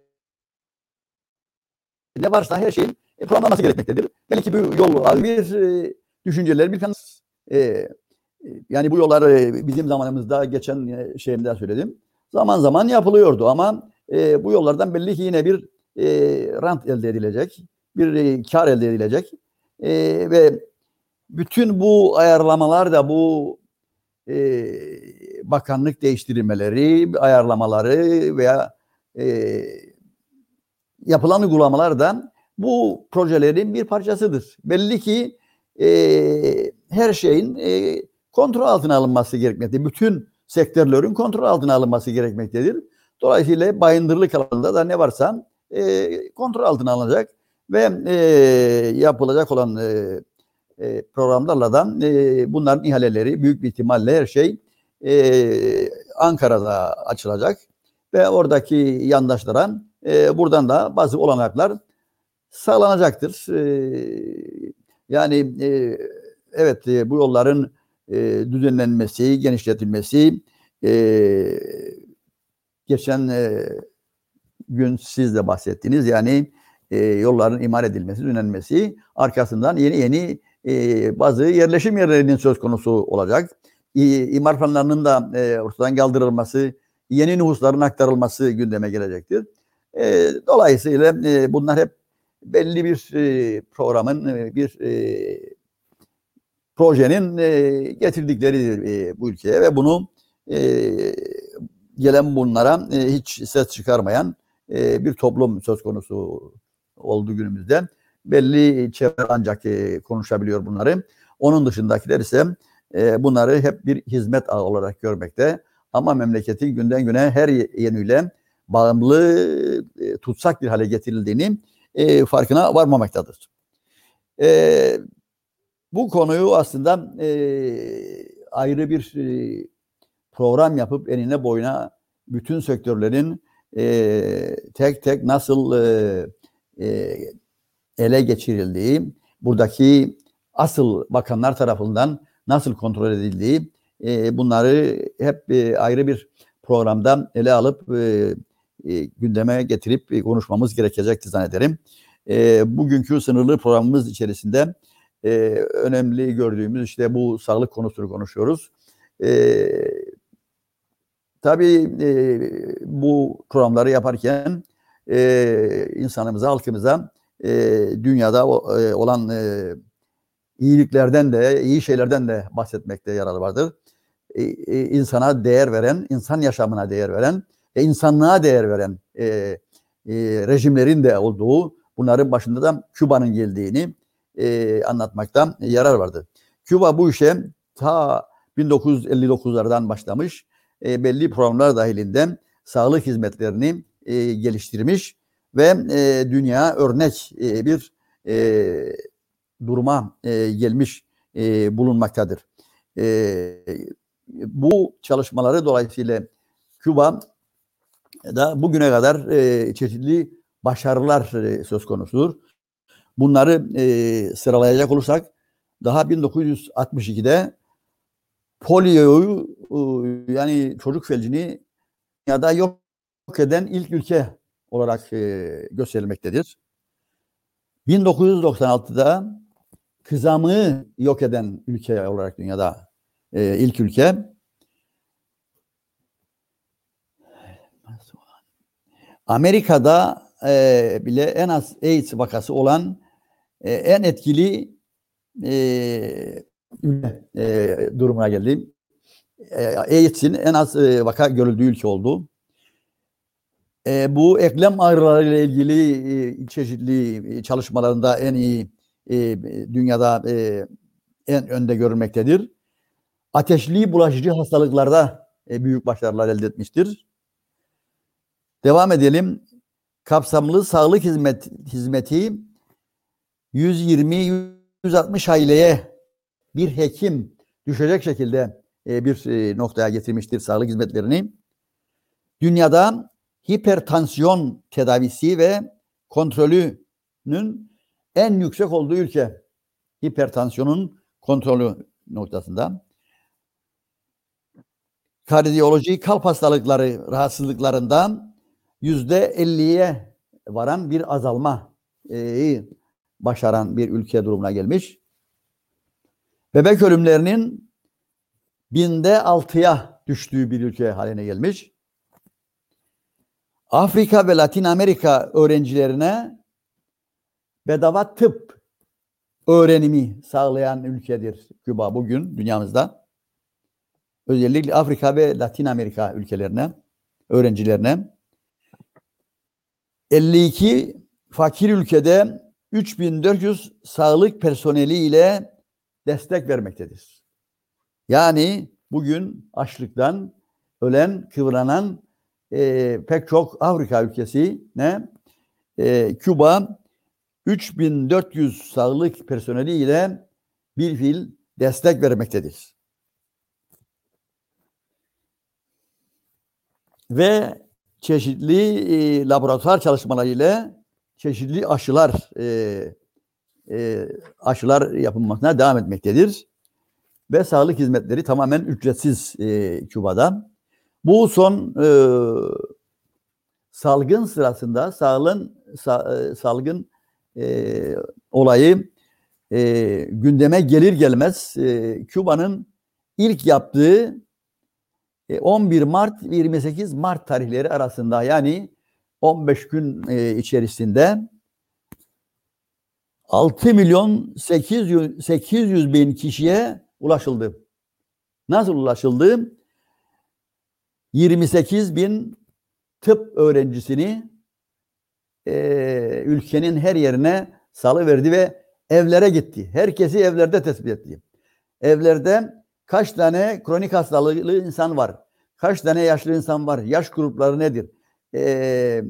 S4: ne varsa her şeyin programlanması gerekmektedir. Belki bu yol bir e, düşünceler bir kanıt. E, yani bu yollar e, bizim zamanımızda geçen e, şeyimde söyledim. Zaman zaman yapılıyordu ama e, bu yollardan belli ki yine bir e, rant elde edilecek, bir e, kar elde edilecek e, ve bütün bu ayarlamalar da bu e, bakanlık değiştirmeleri, ayarlamaları veya e, yapılan uygulamalar da bu projelerin bir parçasıdır. Belli ki e, her şeyin e, kontrol altına alınması gerekmektedir. Bütün sektörlerin kontrol altına alınması gerekmektedir. Dolayısıyla bayındırlık alanında da ne varsa e, kontrol altına alınacak Ve e, yapılacak olan e, e, programlarla da e, bunların ihaleleri büyük bir ihtimalle her şey e, Ankara'da açılacak ve oradaki yandaşlara e, buradan da bazı olanaklar sağlanacaktır. E, yani e, evet e, bu yolların e, düzenlenmesi, genişletilmesi, e, geçen e, gün siz de bahsettiniz. Yani e, yolların imar edilmesi, düzenlenmesi, arkasından yeni yeni e, bazı yerleşim yerlerinin söz konusu olacak. E, imar planlarının da e, ortadan kaldırılması, yeni nüfusların aktarılması gündeme gelecektir. E, dolayısıyla e, bunlar hep belli bir e, programın, e, bir e, projenin e, getirdikleri e, bu ülkeye ve bunu e, gelen bunlara e, hiç ses çıkarmayan e, bir toplum söz konusu oldu günümüzde. Belli çevre ancak e, konuşabiliyor bunları. Onun dışındakiler ise e, bunları hep bir hizmet ağı olarak görmekte. Ama memleketin günden güne her yönüyle bağımlı, e, tutsak bir hale getirildiğini e, farkına varmamaktadır. E, bu konuyu aslında e, ayrı bir e, program yapıp enine boyuna bütün sektörlerin e, tek tek nasıl e, e, ele geçirildiği, buradaki asıl bakanlar tarafından nasıl kontrol edildiği, e, bunları hep e, ayrı bir programda ele alıp e, e, gündeme getirip e, konuşmamız gerekecektir zannederim. E, bugünkü sınırlı programımız içerisinde e, önemli gördüğümüz işte bu sağlık konusunu konuşuyoruz. E, tabii e, bu programları yaparken e, insanımıza, halkımıza e, dünyada e, olan e, iyiliklerden de, iyi şeylerden de bahsetmekte yarar vardır. E, e, insana değer veren, insan yaşamına değer veren, e, insanlığa değer veren e, e, rejimlerin de olduğu, bunların başında da Küba'nın geldiğini e, anlatmakta yarar vardır. Küba bu işe ta bin dokuz yüz elli dokuzlardan başlamış, e, belli programlar dahilinden sağlık hizmetlerini e, geliştirmiş ve e, dünya örnek e, bir e, duruma e, gelmiş e, bulunmaktadır. E, bu çalışmaları dolayısıyla Küba da bugüne kadar e, çeşitli başarılar e, söz konusudur. Bunları e, sıralayacak olursak daha bin dokuz yüz altmış ikide polioyu e, yani çocuk felcini dünyada yok eden ilk ülke olarak e, gösterilmektedir. bin dokuz yüz doksan altıda kızamığı yok eden ülke olarak dünyada e, ilk ülke. Amerika'da e, bile en az AIDS vakası olan e, en etkili e, e, durumuna geldi. E, AIDS'in en az e, vaka görüldüğü ülke oldu. E, bu eklem ağrılarıyla ilgili e, çeşitli çalışmalarında en iyi e, dünyada e, en önde görülmektedir. Ateşli bulaşıcı hastalıklarda e, büyük başarılar elde etmiştir. Devam edelim. Kapsamlı sağlık hizmet, hizmeti yüz yirmi yüz altmış aileye bir hekim düşecek şekilde e, bir e, noktaya getirmiştir sağlık hizmetlerini. Dünyada hipertansiyon tedavisi ve kontrolünün en yüksek olduğu ülke. Hipertansiyonun kontrolü noktasında. Kardiyoloji, kalp hastalıkları, rahatsızlıklarından yüzde elliye varan bir azalma e, başaran bir ülke durumuna gelmiş. Bebek ölümlerinin binde altıya düştüğü bir ülke haline gelmiş. Afrika ve Latin Amerika öğrencilerine bedava tıp öğrenimi sağlayan ülkedir Küba bugün dünyamızda. Özellikle Afrika ve Latin Amerika ülkelerine, öğrencilerine. elli iki fakir ülkede üç bin dört yüz sağlık personeli ile destek vermektedir. Yani bugün açlıktan ölen, kıvranan e, pek çok Afrika ülkesine e, Küba üç bin dört yüz sağlık personeli ile bir fiil destek vermektedir. Ve çeşitli e, laboratuvar çalışmaları ile çeşitli aşılar e, e, aşılar yapılmasına devam etmektedir. Ve sağlık hizmetleri tamamen ücretsiz e, Küba'da. Bu son e, salgın sırasında sağlığın sa, e, salgın e, olayı e, gündeme gelir gelmez e, Küba'nın ilk yaptığı e, on bir Mart yirmi sekiz Mart tarihleri arasında, yani on beş gün e, içerisinde altı milyon sekiz yüz bin kişiye ulaşıldı. Nasıl ulaşıldı? yirmi sekiz bin tıp öğrencisini e, ülkenin her yerine salıverdi ve evlere gitti. Herkesi evlerde tespit etti. Evlerde kaç tane kronik hastalıklı insan var? Kaç tane yaşlı insan var? Yaş grupları nedir? E,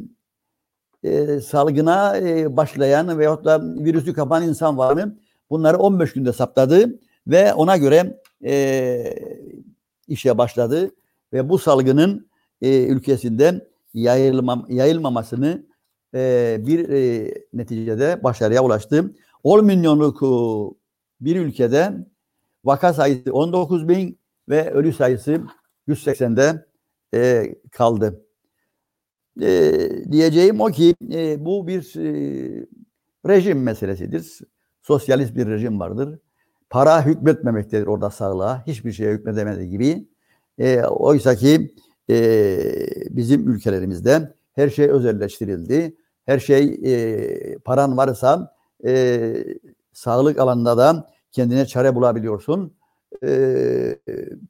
S4: e, salgına e, başlayan veyahut da virüsü kapan insan var mı? Bunları on beş günde saptadı ve ona göre e, işe başladı. Ve bu salgının e, ülkesinde yayılmam, yayılmamasını e, bir e, neticede başarıya ulaştı. on milyonluk bir ülkede vaka sayısı on dokuz bin ve ölü sayısı yüz seksende e, kaldı. E, diyeceğim o ki e, bu bir e, rejim meselesidir. Sosyalist bir rejim vardır. Para hükmetmemektedir orada sağlığa. Hiçbir şeye hükmedemediği gibi. E, oysa ki e, bizim ülkelerimizde her şey özelleştirildi. Her şey e, paran varsa e, sağlık alanında da kendine çare bulabiliyorsun. E,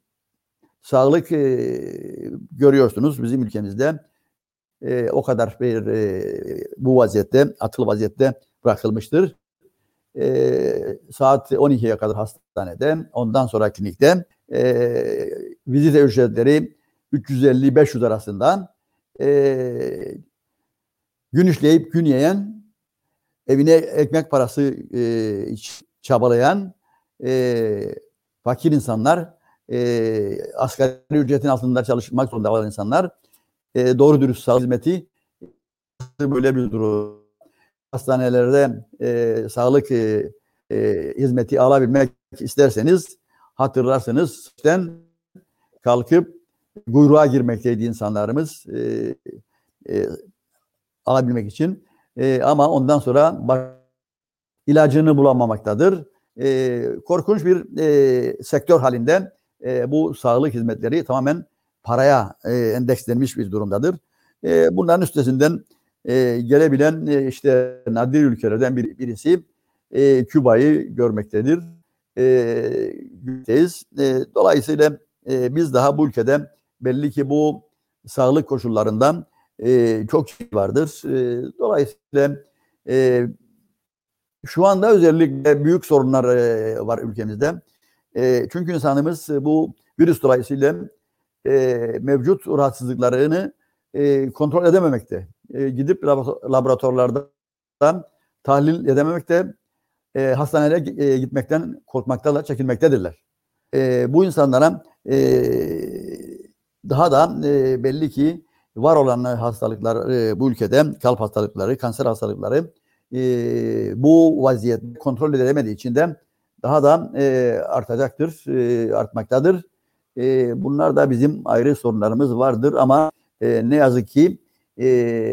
S4: sağlık e, görüyorsunuz bizim ülkemizde e, o kadar bir e, bu vaziyette, atıl vaziyette bırakılmıştır. E, saat on ikiye kadar hastanede, ondan sonra klinikte e, vizite ücretleri üç yüz elli beş yüz arasında, e, gün işleyip gün yiyen, evine ekmek parası e, çabalayan e, fakir insanlar, e, asgari ücretin altında çalışmak zorunda olan insanlar, e, doğru dürüst sağlık hizmeti böyle bir durum. Hastanelerde e, sağlık e, e, hizmeti alabilmek isterseniz hatırlarsınız, işte kalkıp kuyruğa girmekteydi insanlarımız e, e, alabilmek için. E, ama ondan sonra ilacını bulamamaktadır. E, korkunç bir e, sektör halinde e, bu sağlık hizmetleri tamamen paraya e, endekslenmiş bir durumdadır. E, bunların üstesinden e, gelebilen e, işte nadir ülkelerden bir, birisi e, Küba'yı görmektedir. E, e, dolayısıyla e, biz daha bu ülkede belli ki bu sağlık koşullarından e, çok şey vardır. E, dolayısıyla e, şu anda özellikle büyük sorunlar e, var ülkemizde. E, çünkü insanımız bu virüs dolayısıyla e, mevcut rahatsızlıklarını e, kontrol edememekte. E, gidip laboratuvarlardan tahlil edememekte, e, hastanelere e, gitmekten korkmaktalar, çekinmektedirler. E, bu insanlara e, daha da e, belli ki var olan hastalıklar e, bu ülkede, kalp hastalıkları, kanser hastalıkları e, bu vaziyette kontrol edilemediği için de daha da e, artacaktır, e, artmaktadır. E, bunlar da bizim ayrı sorunlarımız vardır ama e, ne yazık ki e,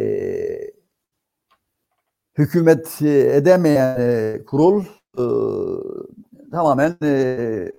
S4: hükümet edemeyen e, kurul e, tamamen e,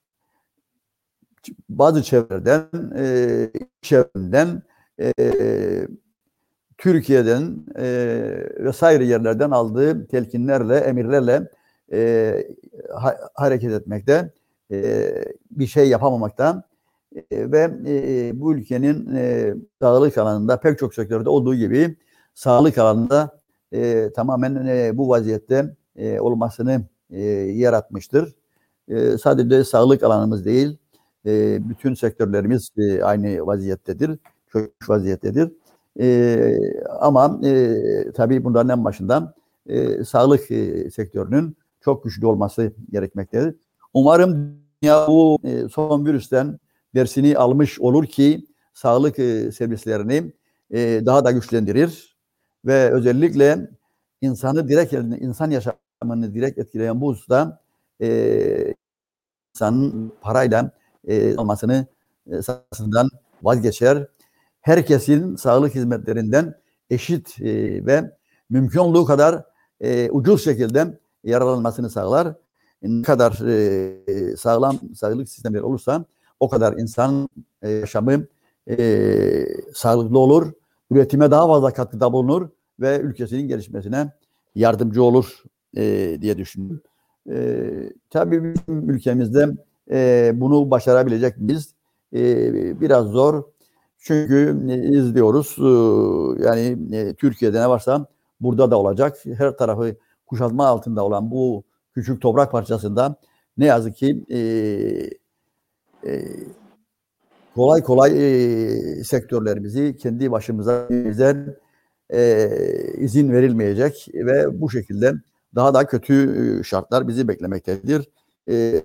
S4: bazı çevrelerden, e, çevreden, e, Türkiye'den e, vesaire yerlerden aldığı telkinlerle, emirlerle e, ha, hareket etmekte, e, bir şey yapamamakta e, ve e, bu ülkenin e, sağlık alanında pek çok sektörde olduğu gibi sağlık alanında e, tamamen e, bu vaziyette e, olmasını e, yaratmıştır. E, sadece sağlık alanımız değil, e, bütün sektörlerimiz e, aynı vaziyettedir, çökmüş vaziyettedir. E, ama e, tabii bunların en başında e, sağlık e, sektörünün çok güçlü olması gerekmektedir. Umarım dünya bu e, son virüsten dersini almış olur ki sağlık e, servislerini e, daha da güçlendirir ve özellikle insanı direkt insan yaşamını direkt etkileyen bu hususta e, insanın parayla e, almasını esasından vazgeçer. Herkesin sağlık hizmetlerinden eşit e, ve mümkün olduğu kadar e, ucuz şekilde yararlanmasını sağlar. Ne kadar e, sağlam sağlık sistemleri olursa o kadar insan e, yaşamı e, sağlıklı olur, üretime daha fazla katkıda bulunur ve ülkesinin gelişmesine yardımcı olur e, diye düşünüyorum. E, tabii bizim ülkemizde e, bunu başarabilecek miyiz? E, biraz zor. Çünkü e, izliyoruz. E, yani e, Türkiye'de ne varsa burada da olacak. Her tarafı kuşatma altında olan bu küçük toprak parçasında ne yazık ki e, e, kolay kolay e, sektörlerimizi kendi başımıza bize e, izin verilmeyecek ve bu şekilde daha da kötü şartlar bizi beklemektedir. E,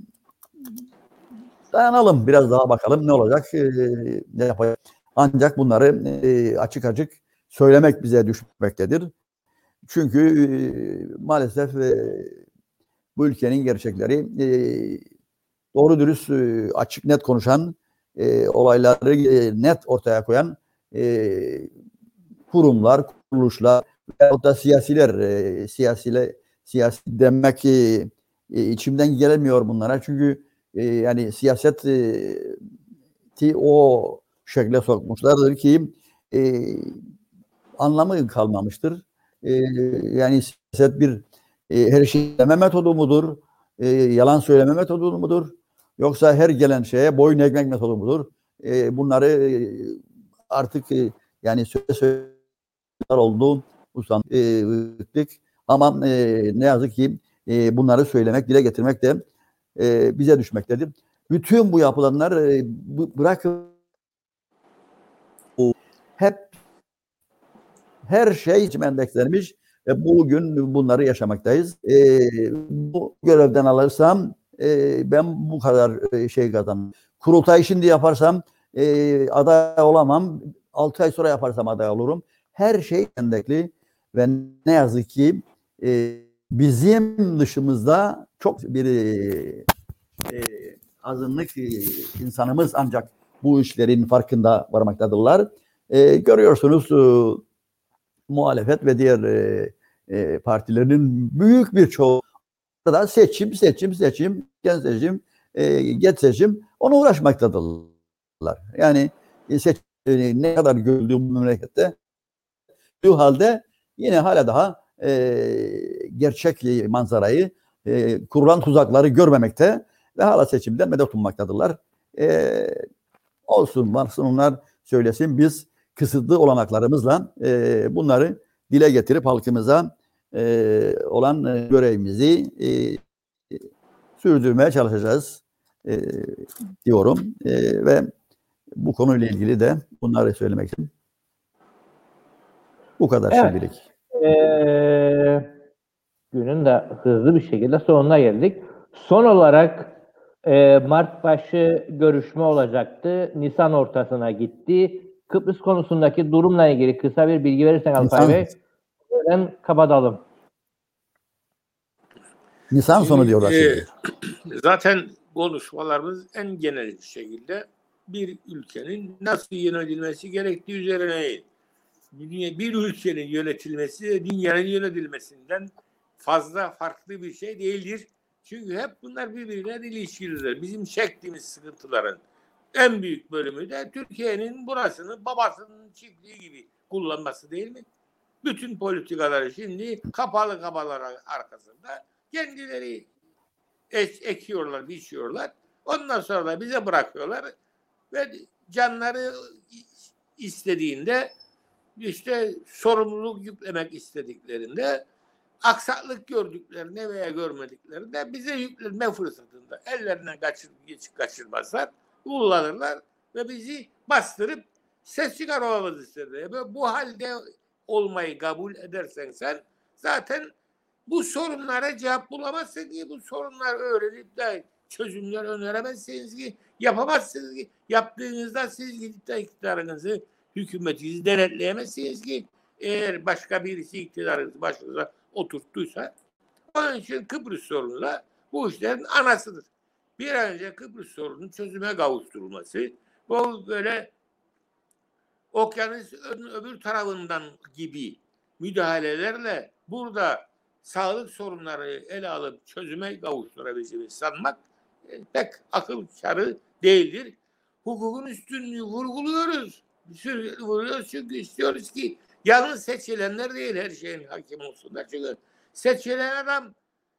S4: dayanalım, biraz daha bakalım ne olacak, e, ne yapacak. Ancak bunları e, açık açık söylemek bize düşmektedir. Çünkü e, maalesef e, bu ülkenin gerçekleri e, doğru dürüst, e, açık net konuşan, e, olayları e, net ortaya koyan e, kurumlar, kuruluşlar veyahut da siyasiler, e, siyasiler, siyasi demek ki e, içimden gelemiyor bunlara. Çünkü e, yani siyaset e, ti o şekle sokmuşlardır ki e, anlamı kalmamıştır. E, yani siyaset bir e, her şey deme metodu mudur? E, yalan söyleme metodu mudur? Yoksa her gelen şeye boyun eğmek metodu mudur? E, bunları e, artık e, yani söyle söyle oldu usandık. Ama e, ne yazık ki e, bunları söylemek, dile getirmek de e, bize düşmektedir. Bütün bu yapılanlar e, bu, bırakın hep her şey için endekslenmiş ve bugün bunları yaşamaktayız. E, bu görevden alırsam e, ben bu kadar e, şey kazanırım. Kurultayı şimdi yaparsam e, aday olamam. altı ay sonra yaparsam aday olurum. Her şey endekli ve ne yazık ki e, bizim dışımızda çok bir e, e, azınlık e, insanımız ancak bu işlerin farkında varmaktadırlar. E, görüyorsunuz e, muhalefet ve diğer e, e, partilerin büyük bir çoğu da seçim, seçim, seçim, gen seçim, e, get seçim, ona uğraşmaktadırlar. Yani e, seçim e, ne kadar görüldüğü bu memlekette şu halde yine hala daha e, gerçek manzarayı, e, kurulan tuzakları görmemekte ve hala seçimden medet ummaktadırlar. E, olsun, varsın onlar söylesin. Biz kısıtlı olanaklarımızla e, bunları dile getirip halkımıza e, olan e, görevimizi e, sürdürmeye çalışacağız e, diyorum. E, ve bu konuyla ilgili de bunları söylemek istedim. Bu kadar
S2: Evet.
S4: şimdilik.
S2: Ee, günün de hızlı bir şekilde sonuna geldik. Son olarak e, Mart başı görüşme olacaktı. Nisan ortasına gitti. Kıbrıs konusundaki durumla ilgili kısa bir bilgi verirsen Alpay
S4: Nisan,
S2: Bey. Buradan kapatalım.
S4: Nisan sonu diyorlar
S3: e,
S4: şimdi.
S3: Zaten konuşmalarımız en genel bir şekilde bir ülkenin nasıl yönetilmesi gerektiği üzerine. Bir ülkenin yönetilmesi dünyanın yönetilmesinden fazla farklı bir şey değildir. Çünkü hep bunlar birbirine ilişkilidir. Bizim çektiğimiz sıkıntıların en büyük bölümü de Türkiye'nin burasını babasının çiftliği gibi kullanması değil mi? Bütün politikaları şimdi kapalı kapalar arkasında kendileri ekiyorlar, biçiyorlar. Ondan sonra da bize bırakıyorlar ve canları istediğinde işte sorumluluk yüklemek istediklerinde aksaklık gördüklerinde veya görmediklerinde bize yüklenme fırsatında ellerinden kaçır, geç kaçırmazlar, kullanırlar ve bizi bastırıp ses çıkarmamızı isterler. Ve bu halde olmayı kabul edersen sen zaten bu sorunlara cevap bulamazsınız ki, bu sorunlar öğrenip de çözümler öneremezsiniz ki, yapamazsınız ki. Yaptığınızda siz gidip de iktidarınızı, hükümetinizi denetleyemezsiniz ki. Eğer başka birisi iktidarınızı başınıza oturttuysa. Onun için Kıbrıs sorunu da bu işlerin anasıdır. Bir an önce Kıbrıs sorunun çözüme kavuşturulması, bu böyle okyanusun öbür tarafından gibi müdahalelerle burada sağlık sorunları ele alıp çözüme kavuşturabileceğimizi sanmak e, pek akıl kârı değildir. Hukukun üstünlüğü vurguluyoruz. Vuruyoruz çünkü istiyoruz ki yalnız seçilenler değil her şeyin hakim olsunlar. Çünkü seçilen adam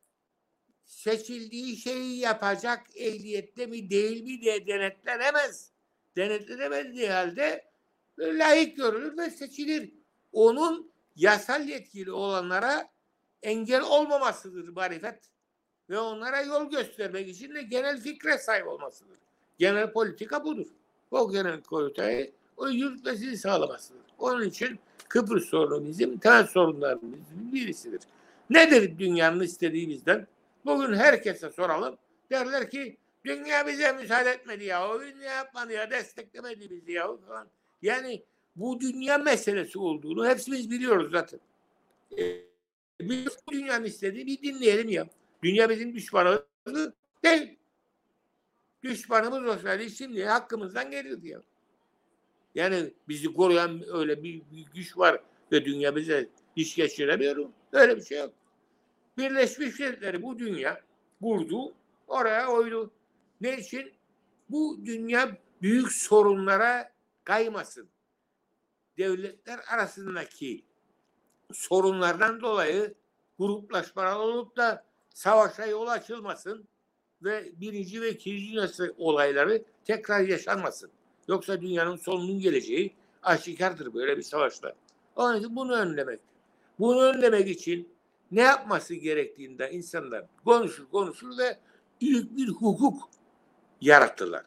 S3: seçildiği şeyi yapacak ehliyette mi değil mi diye denetlenemez. Denetlenemediği halde layık görülür ve seçilir. Onun yasal yetkili olanlara engel olmamasıdır marifet ve onlara yol göstermek için de genel fikre sahip olmasıdır. Genel politika budur. O genel politikayı o yürütmesini sağlamasıdır. Onun için Kıbrıs sorunu bizim temel sorunlarımızın birisidir. Nedir dünyanın istediği bizden? Bugün herkese soralım. Derler ki dünya bize müsaade etmedi ya. O dünya yapmadı ya. Desteklemedi bizi ya falan. Yani bu dünya meselesi olduğunu hepimiz biliyoruz zaten. Ee, biz bu dünyanın istediği bir dinleyelim ya. Dünya bizim düşmanımız değil. Düşmanımız olsaydı şimdi hakkımızdan gelirdi ya. Yani bizi koruyan öyle bir, bir güç var ve dünya bize iş geçiremiyor. Öyle bir şey yok. Birleşmiş Milletleri bu dünya kurdu, oraya oydu. Ne için? Bu dünya büyük sorunlara kaymasın. Devletler arasındaki sorunlardan dolayı gruplaşmalar olup da savaşa yol açılmasın ve birinci ve ikinci dünya olayları tekrar yaşanmasın. Yoksa dünyanın sonunun geleceği aşikardır böyle bir savaşla. Onun için bunu önlemek. Bunu önlemek için ne yapması gerektiğinde insanlar konuşur konuşur ve büyük bir hukuk yarattılar.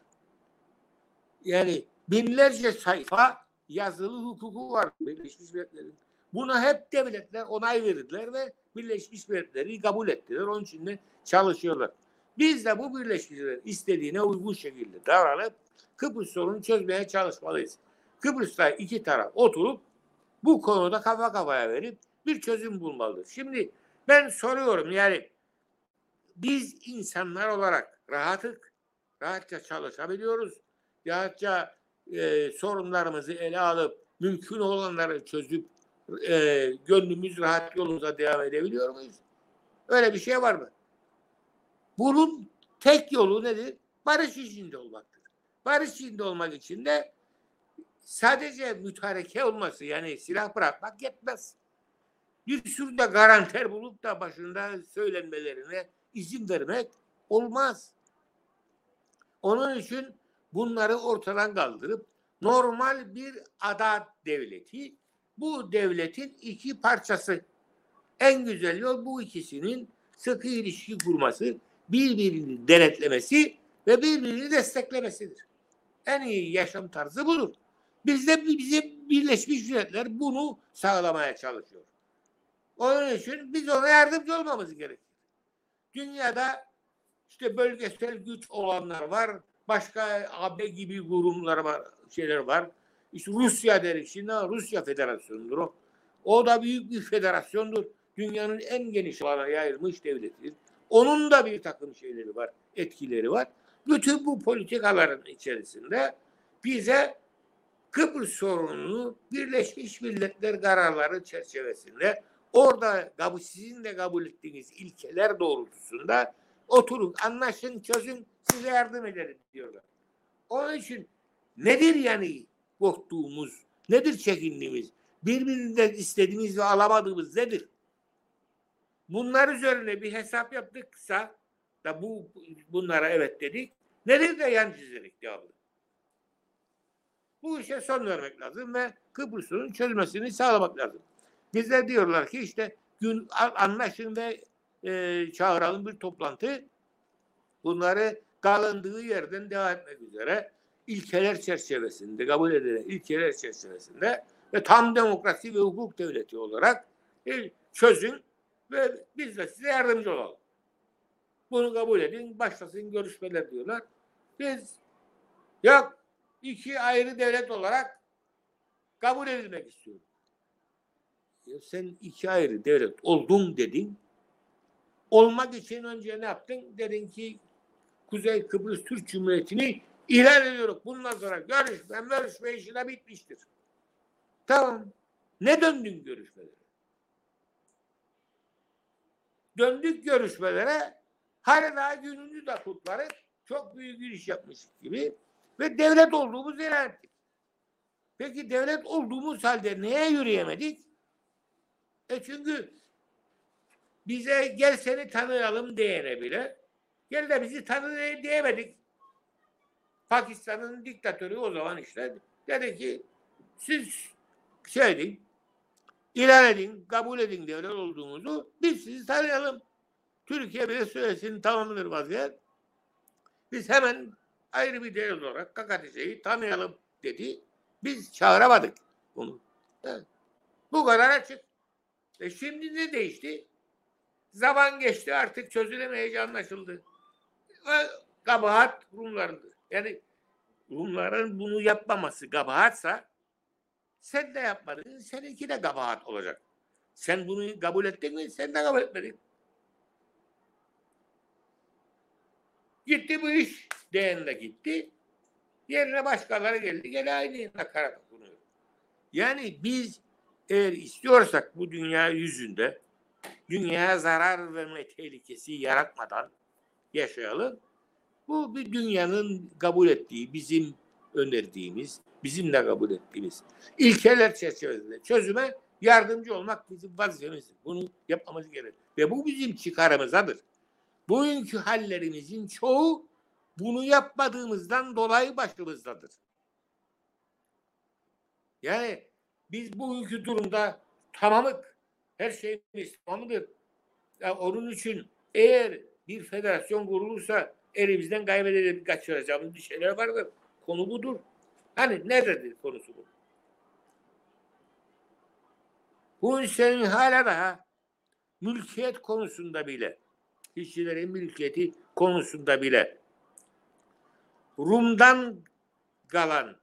S3: Yani binlerce sayfa yazılı hukuku var Birleşmiş Milletler'in. Buna hep devletler onay verdiler ve Birleşmiş Milletler'i kabul ettiler. Onun için de çalışıyorlar. Biz de bu Birleşmiş Milletler'in istediğine uygun şekilde davranıp Kıbrıs sorununu çözmeye çalışmalıyız. Kıbrıs'ta iki taraf oturup bu konuda kafa kafaya verip bir çözüm bulmalıdır. Şimdi ben soruyorum yani biz insanlar olarak rahatlık, rahatça çalışabiliyoruz. Rahatça e, sorunlarımızı ele alıp mümkün olanları çözüp e, gönlümüz rahat yolumuza devam edebiliyor muyuz? Öyle bir şey var mı? Bunun tek yolu nedir? Barış içinde olmaktır. Barış içinde olmak için de sadece mütareke olması yani silah bırakmak yetmez. Bir sürü de garanter bulup da başında söylenmelerine izin vermek olmaz. Onun için bunları ortadan kaldırıp normal bir ada devleti, bu devletin iki parçası. En güzel yol bu ikisinin sıkı ilişki kurması, birbirini denetlemesi ve birbirini desteklemesidir. En iyi yaşam tarzı budur. Bizde bize Birleşmiş Milletler bunu sağlamaya çalışıyor. Onun için biz ona yardımcı olmamız gerekir. Dünyada işte bölgesel güç olanlar var. Başka A B gibi kurumlar var, şeyler var. İşte Rusya derik şimdi Rusya Federasyonu'dur o. O da büyük bir federasyondur. Dünyanın en geniş alana yayılmış devletidir. Onun da bir takım şeyleri var, etkileri var. Bütün bu politikaların içerisinde bize Kıbrıs sorununu Birleşmiş Milletler kararları çerçevesinde orada sizin de kabul ettiğiniz ilkeler doğrultusunda oturun, anlaşın, çözün, size yardım ederim diyorlar. Onun için nedir yani korktuğumuz, nedir çekindiğimiz, birbirinden istediğimiz ve alamadığımız nedir? Bunlar üzerine bir hesap yaptıksa da bu bunlara evet dedik, nedir de yan çizerek cevabı? Bu işe son vermek lazım ve Kıbrıs'ın çözmesini sağlamak lazım. Bizler diyorlar ki işte gün anlaşın ve e, çağıralım bir toplantı. Bunları kalındığı yerden devam etmek üzere ilkeler çerçevesinde, kabul edilen ilkeler çerçevesinde ve tam demokrasi ve hukuk devleti olarak e, çözün ve biz de size yardımcı olalım. Bunu kabul edin, başlasın görüşmeler diyorlar. Biz yok, iki ayrı devlet olarak kabul edilmek istiyoruz. Ya sen iki ayrı devlet oldun dedin. Olmak için önce ne yaptın? Dedin ki Kuzey Kıbrıs Türk Cumhuriyeti'ni ihlal ediyoruz. Bundan sonra görüşme, görüşme işi de bitmiştir. Tamam. Ne döndün görüşmelere? Döndük görüşmelere, hala daha gününü de kutlarız. Çok büyük bir iş yapmışız gibi ve devlet olduğumuz ilan ettik. Peki devlet olduğumuz halde neye yürüyemedik? E çünkü bize gel seni tanıyalım diyene bile gel de bizi tanı diyemedik. Pakistan'ın diktatörü o zaman işte dedi ki siz şey edin, ilan edin, kabul edin devlet olduğumuzu, biz sizi tanıyalım. Türkiye bile söylesin, tamamdır vaziyet. Biz hemen ayrı bir devlet olarak K K T C'yi tanıyalım dedi. Biz çağıramadık bunu. Evet. Bu kadar açık. E şimdi ne değişti? Zaman geçti, artık çözülemeyeceği anlaşıldı. Ve kabahat Rumlarındı. Yani Rumların bunu yapmaması kabahatsa sen de yapmadın, seninki de kabahat olacak. Sen bunu kabul ettin mi? Sen de kabul etmedin. Gitti bu iş. Diyen de gitti. Yerine başkaları geldi. Gene aynı nakarat okunuyor. Yani biz eğer istiyorsak bu dünya yüzünde dünyaya zarar verme tehlikesi yaratmadan yaşayalım. Bu bir dünyanın kabul ettiği, bizim önerdiğimiz, bizim de kabul ettiğimiz ilkeler çerçevesinde çözüme yardımcı olmak bizim vazifemizdir. Bunu yapmamız gerekir. Ve bu bizim çıkarımızdadır. Bugünkü hallerimizin çoğu bunu yapmadığımızdan dolayı başımızdadır. Yani biz bugünkü durumda tamamık, her şeyimiz tamamıdır. Yani onun için eğer bir federasyon kurulursa elimizden kaybedeceğimiz, kaçıracağımız bir şeyler vardır. Konu budur. Hani nerededir konusu bu? Bu ülkenin hala daha mülkiyet konusunda bile, kişilerin mülkiyeti konusunda bile Rum'dan kalan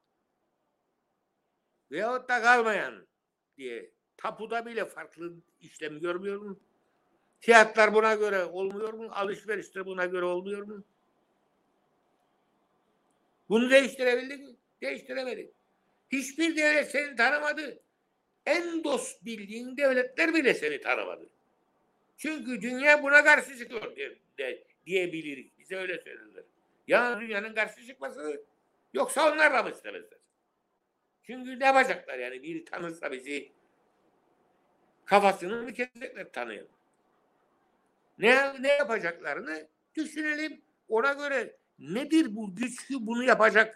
S3: veyahut da kalmayan diye tapuda bile farklı işlem görmüyor mu? Fiyatlar buna göre olmuyor mu? Alışverişler buna göre olmuyor mu? Bunu değiştirebildik mi? Değiştiremedik. Hiçbir devlet seni tanımadı. En dost bildiğin devletler bile seni tanımadı. Çünkü dünya buna karşı çıkıyor diye, de, diyebiliriz. Bize öyle söylediler. Ya dünyanın karşı çıkması, yoksa onlar da mı istemezler? Çünkü ne yapacaklar yani? Biri tanırsa bizi kafasını mı kesecekler tanıyalım? Ne, ne yapacaklarını düşünelim. Ona göre nedir bu güçlü bunu yapacak?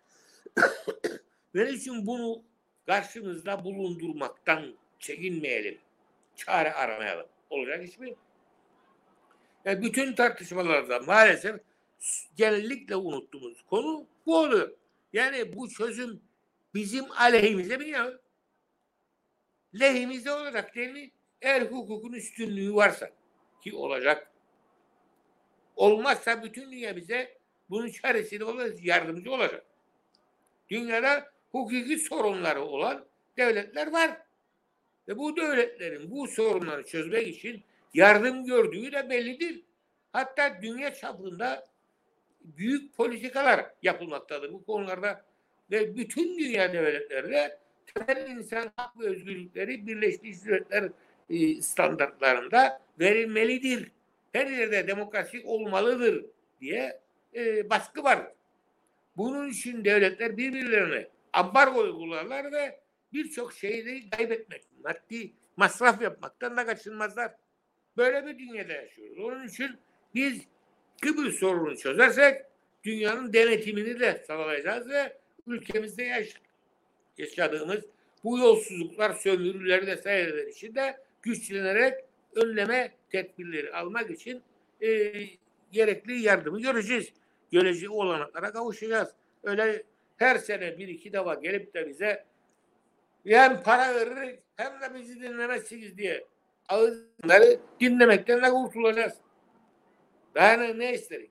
S3: Ve için bunu karşımızda bulundurmaktan çekinmeyelim. Çare aramayalım. Olacak iş mi? Yani bütün tartışmalarda maalesef genellikle unuttuğumuz konu bu oluyor. Yani bu çözüm bizim aleyhimize mi ya? Lehimize olacak değil mi? Eğer hukukun üstünlüğü varsa, ki olacak. Olmazsa bütün dünya bize bunun çaresine olacak, yardımcı olacak. Dünyada hukuki sorunları olan devletler var. Ve bu devletlerin bu sorunları çözmek için yardım gördüğü de bellidir. Hatta dünya çapında büyük politikalar yapılmaktadır bu konularda. Ve bütün dünya devletlerinde temel insan hak ve özgürlükleri Birleşmiş Milletler standartlarında verilmelidir. Her yerde demokrasi olmalıdır diye e, baskı var. Bunun için devletler birbirlerine ambargo uygularlar ve birçok şeyi kaybetmek, maddi masraf yapmaktan da kaçınmazlar. Böyle bir dünyada yaşıyoruz. Onun için biz Kıbrıs sorununu çözersek dünyanın denetimini de sağlayacağız ve ülkemizde yaş- yaşadığımız bu yolsuzluklar, sömürüleri de sayılar için de güçlenerek önleme tedbirleri almak için e, gerekli yardımı göreceğiz. Göreceği olanaklara kavuşacağız. Öyle her sene bir iki defa gelip de bize hem para verir hem de bizi dinlemezsiniz diye ağızları dinlemekten de kurtulacağız. Daha ne, ne isterik?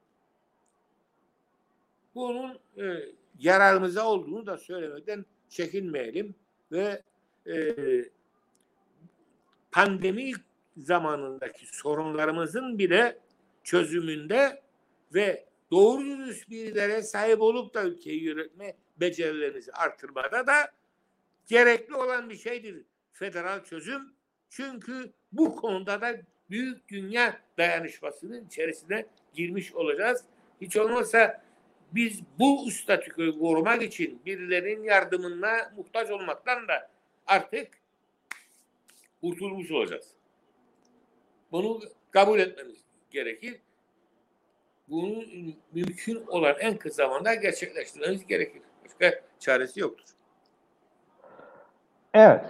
S3: Bunun e, yararımıza olduğunu da söylemekten çekinmeyelim ve e, pandemi zamanındaki sorunlarımızın bile çözümünde ve doğru dürüst birilere sahip olup da ülkeyi yönetme becerilerinizi artırmada da gerekli olan bir şeydir federal çözüm. Çünkü bu konuda da büyük dünya dayanışmasının içerisine girmiş olacağız. Hiç olmazsa biz bu statükoyu korumak için birilerinin yardımına muhtaç olmaktan da artık kurtulmuş olacağız. Bunu kabul etmemiz gerekir. Bunu mümkün olan en kısa zamanda gerçekleştirmemiz gerekir. Başka çaresi yoktur.
S2: Evet.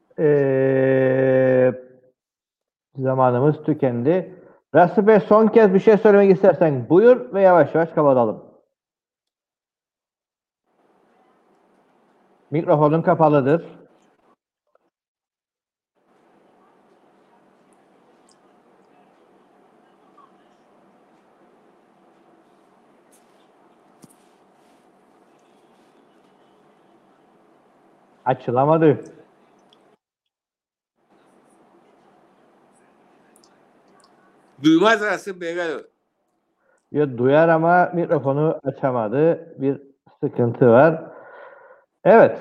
S2: Ee, zamanımız tükendi. Rasip Bey, son kez bir şey söylemek istersen buyur ve yavaş yavaş kapatalım. Mikrofonun kapalıdır. Açılamadı.
S3: Duymaz Rasip Bey.
S2: Ya, duyar ama mikrofonu açamadı. Bir sıkıntı var. Evet.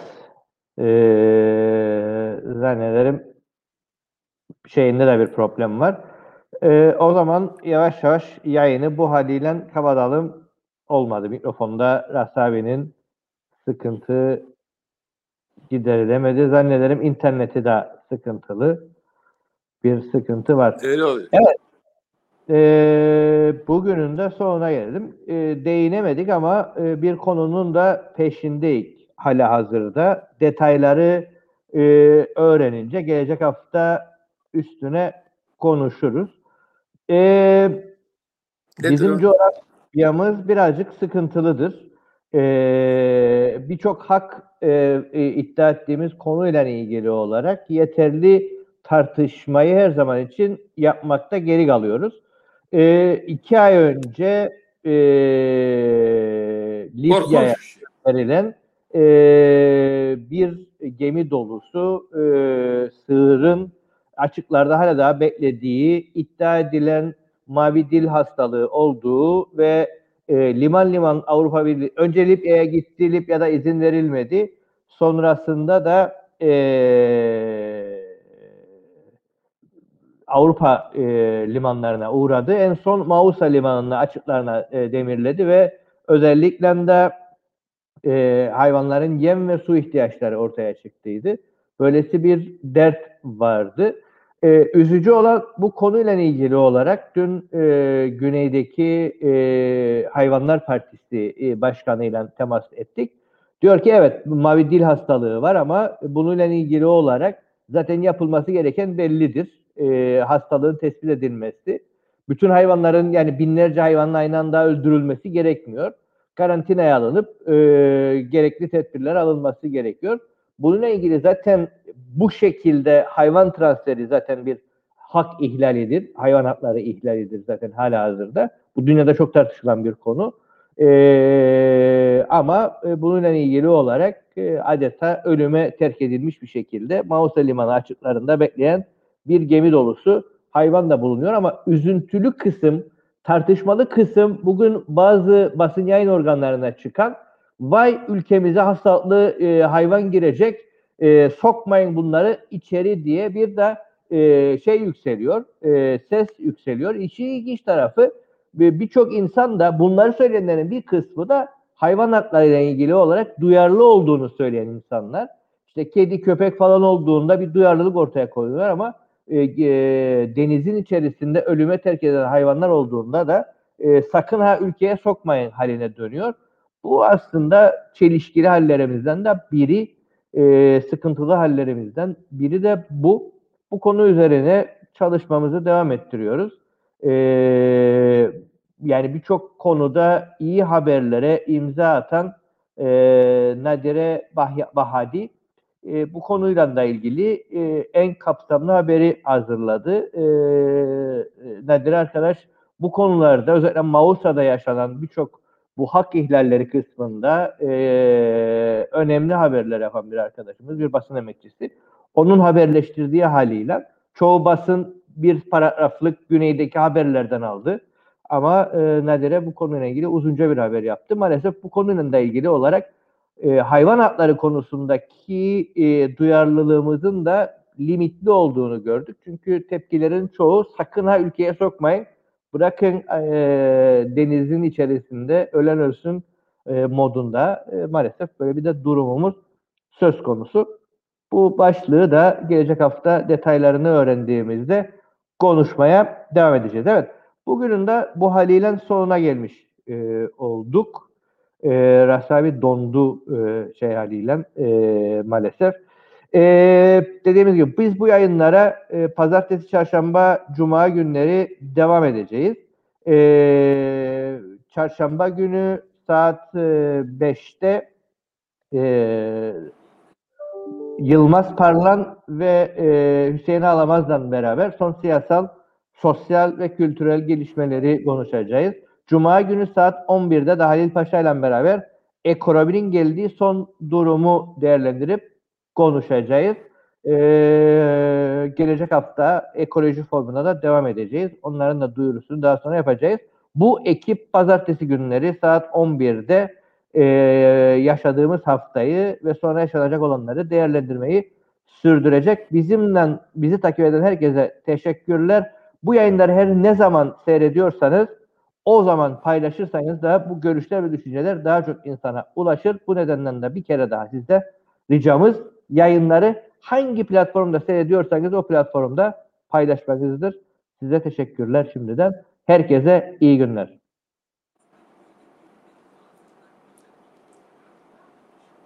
S2: Ee, zannederim şeyinde de bir problem var. Ee, o zaman yavaş yavaş yayını bu haliyle kapatalım. Olmadı. Mikrofonda Rasabi'nin sıkıntı giderilemedi. Zannederim interneti de sıkıntılı. Bir sıkıntı var.
S3: Öyle oluyor.
S2: Evet. Ee, bugünün de sonuna geldim. Ee, değinemedik ama e, bir konunun da peşindeyiz hala hazırda. Detayları e, öğrenince gelecek hafta üstüne konuşuruz. Ee, bizim
S3: o?
S2: coğrafyamız birazcık sıkıntılıdır. Ee, Birçok hak e, e, iddia ettiğimiz konuyla ilgili olarak yeterli tartışmayı her zaman için yapmakta geri kalıyoruz. E, iki ay önce e, Libya'ya verilen e, bir gemi dolusu e, sığırın açıklarda hala daha beklediği, iddia edilen mavi dil hastalığı olduğu ve e, liman liman Avrupa Birliği, önce Libya'ya gitti, Libya'da izin verilmedi. Sonrasında da e, Avrupa e, limanlarına uğradı. En son Mausa limanının açıklarına e, demirledi ve özellikle de e, hayvanların yem ve su ihtiyaçları ortaya çıktıydı. Böylesi bir dert vardı. E, üzücü olan bu konuyla ilgili olarak dün e, güneydeki e, Hayvanlar Partisi e, başkanıyla temas ettik. Diyor ki evet, mavi dil hastalığı var ama bununla ilgili olarak zaten yapılması gereken bellidir. E, hastalığın tespit edilmesi. Bütün hayvanların, yani binlerce hayvanın aynı anda öldürülmesi gerekmiyor. Karantinaya alınıp e, gerekli tedbirler alınması gerekiyor. Bununla ilgili zaten bu şekilde hayvan transferi zaten bir hak ihlalidir. Hayvan hakları ihlalidir zaten hala hazırda. Bu dünyada çok tartışılan bir konu. Ee, ama e, bununla ilgili olarak e, adeta ölüme terk edilmiş bir şekilde Mausa Limanı açıklarında bekleyen bir gemi dolusu hayvan da bulunuyor ama üzüntülü kısım, tartışmalı kısım bugün bazı basın yayın organlarına çıkan, vay ülkemize hastalıklı e, hayvan girecek, e, sokmayın bunları içeri diye bir de e, şey yükseliyor, e, ses yükseliyor. İşin ilginç tarafı, birçok insan da, bunları söyleyenlerin bir kısmı da hayvan hakları ile ilgili olarak duyarlı olduğunu söyleyen insanlar. İşte kedi, köpek falan olduğunda bir duyarlılık ortaya koyuyorlar ama e, e, denizin içerisinde ölüme terk eden hayvanlar olduğunda da e, sakın ha ülkeye sokmayın haline dönüyor. Bu aslında çelişkili hallerimizden de biri, e, sıkıntılı hallerimizden biri de bu. Bu konu üzerine çalışmamızı devam ettiriyoruz. E, yani birçok konuda iyi haberlere imza atan e, Nadire Bah- Bahadi e, bu konuyla da ilgili e, en kapsamlı haberi hazırladı. E, Nadir arkadaş bu konularda özellikle Mausa'da yaşanan birçok bu hak ihlalleri kısmında e, önemli haberler yapan bir arkadaşımız, bir basın emekçisi. Onun haberleştirdiği haliyle çoğu basın bir paragraflık güneydeki haberlerden aldı. Ama e, Nadir'e bu konuyla ilgili uzunca bir haber yaptı. Maalesef bu konuyla da ilgili olarak e, hayvan hakları konusundaki e, duyarlılığımızın da limitli olduğunu gördük. Çünkü tepkilerin çoğu sakın ha ülkeye sokmayın, bırakın e, denizin içerisinde ölen ölsün e, modunda. E, maalesef böyle bir de durumumuz söz konusu. Bu başlığı da gelecek hafta detaylarını öğrendiğimizde konuşmaya devam edeceğiz. Evet, bugünün de bu haliyle sonuna gelmiş e, olduk. E, Rasabi dondu e, şey haliyle e, maalesef. E, dediğimiz gibi biz bu yayınlara e, pazartesi, çarşamba, cuma günleri devam edeceğiz. E, çarşamba günü saat e, beşte e, Yılmaz Parlan ve e, Hüseyin Alamaz'la beraber son siyasal, sosyal ve kültürel gelişmeleri konuşacağız. Cuma günü saat on birde de Halil Paşa ile beraber ekonominin geldiği son durumu değerlendirip konuşacağız. Ee, gelecek hafta ekoloji formuna da devam edeceğiz. Onların da duyurusunu daha sonra yapacağız. Bu ekip pazartesi günleri saat on birde e, yaşadığımız haftayı ve sonra yaşanacak olanları değerlendirmeyi sürdürecek. Bizimle bizi takip eden herkese teşekkürler. Bu yayınları her ne zaman seyrediyorsanız o zaman paylaşırsanız da bu görüşler ve düşünceler daha çok insana ulaşır. Bu nedenden de bir kere daha sizde ricamız yayınları hangi platformda seyrediyorsanız o platformda paylaşmanızdır. Size teşekkürler şimdiden. Herkese iyi günler.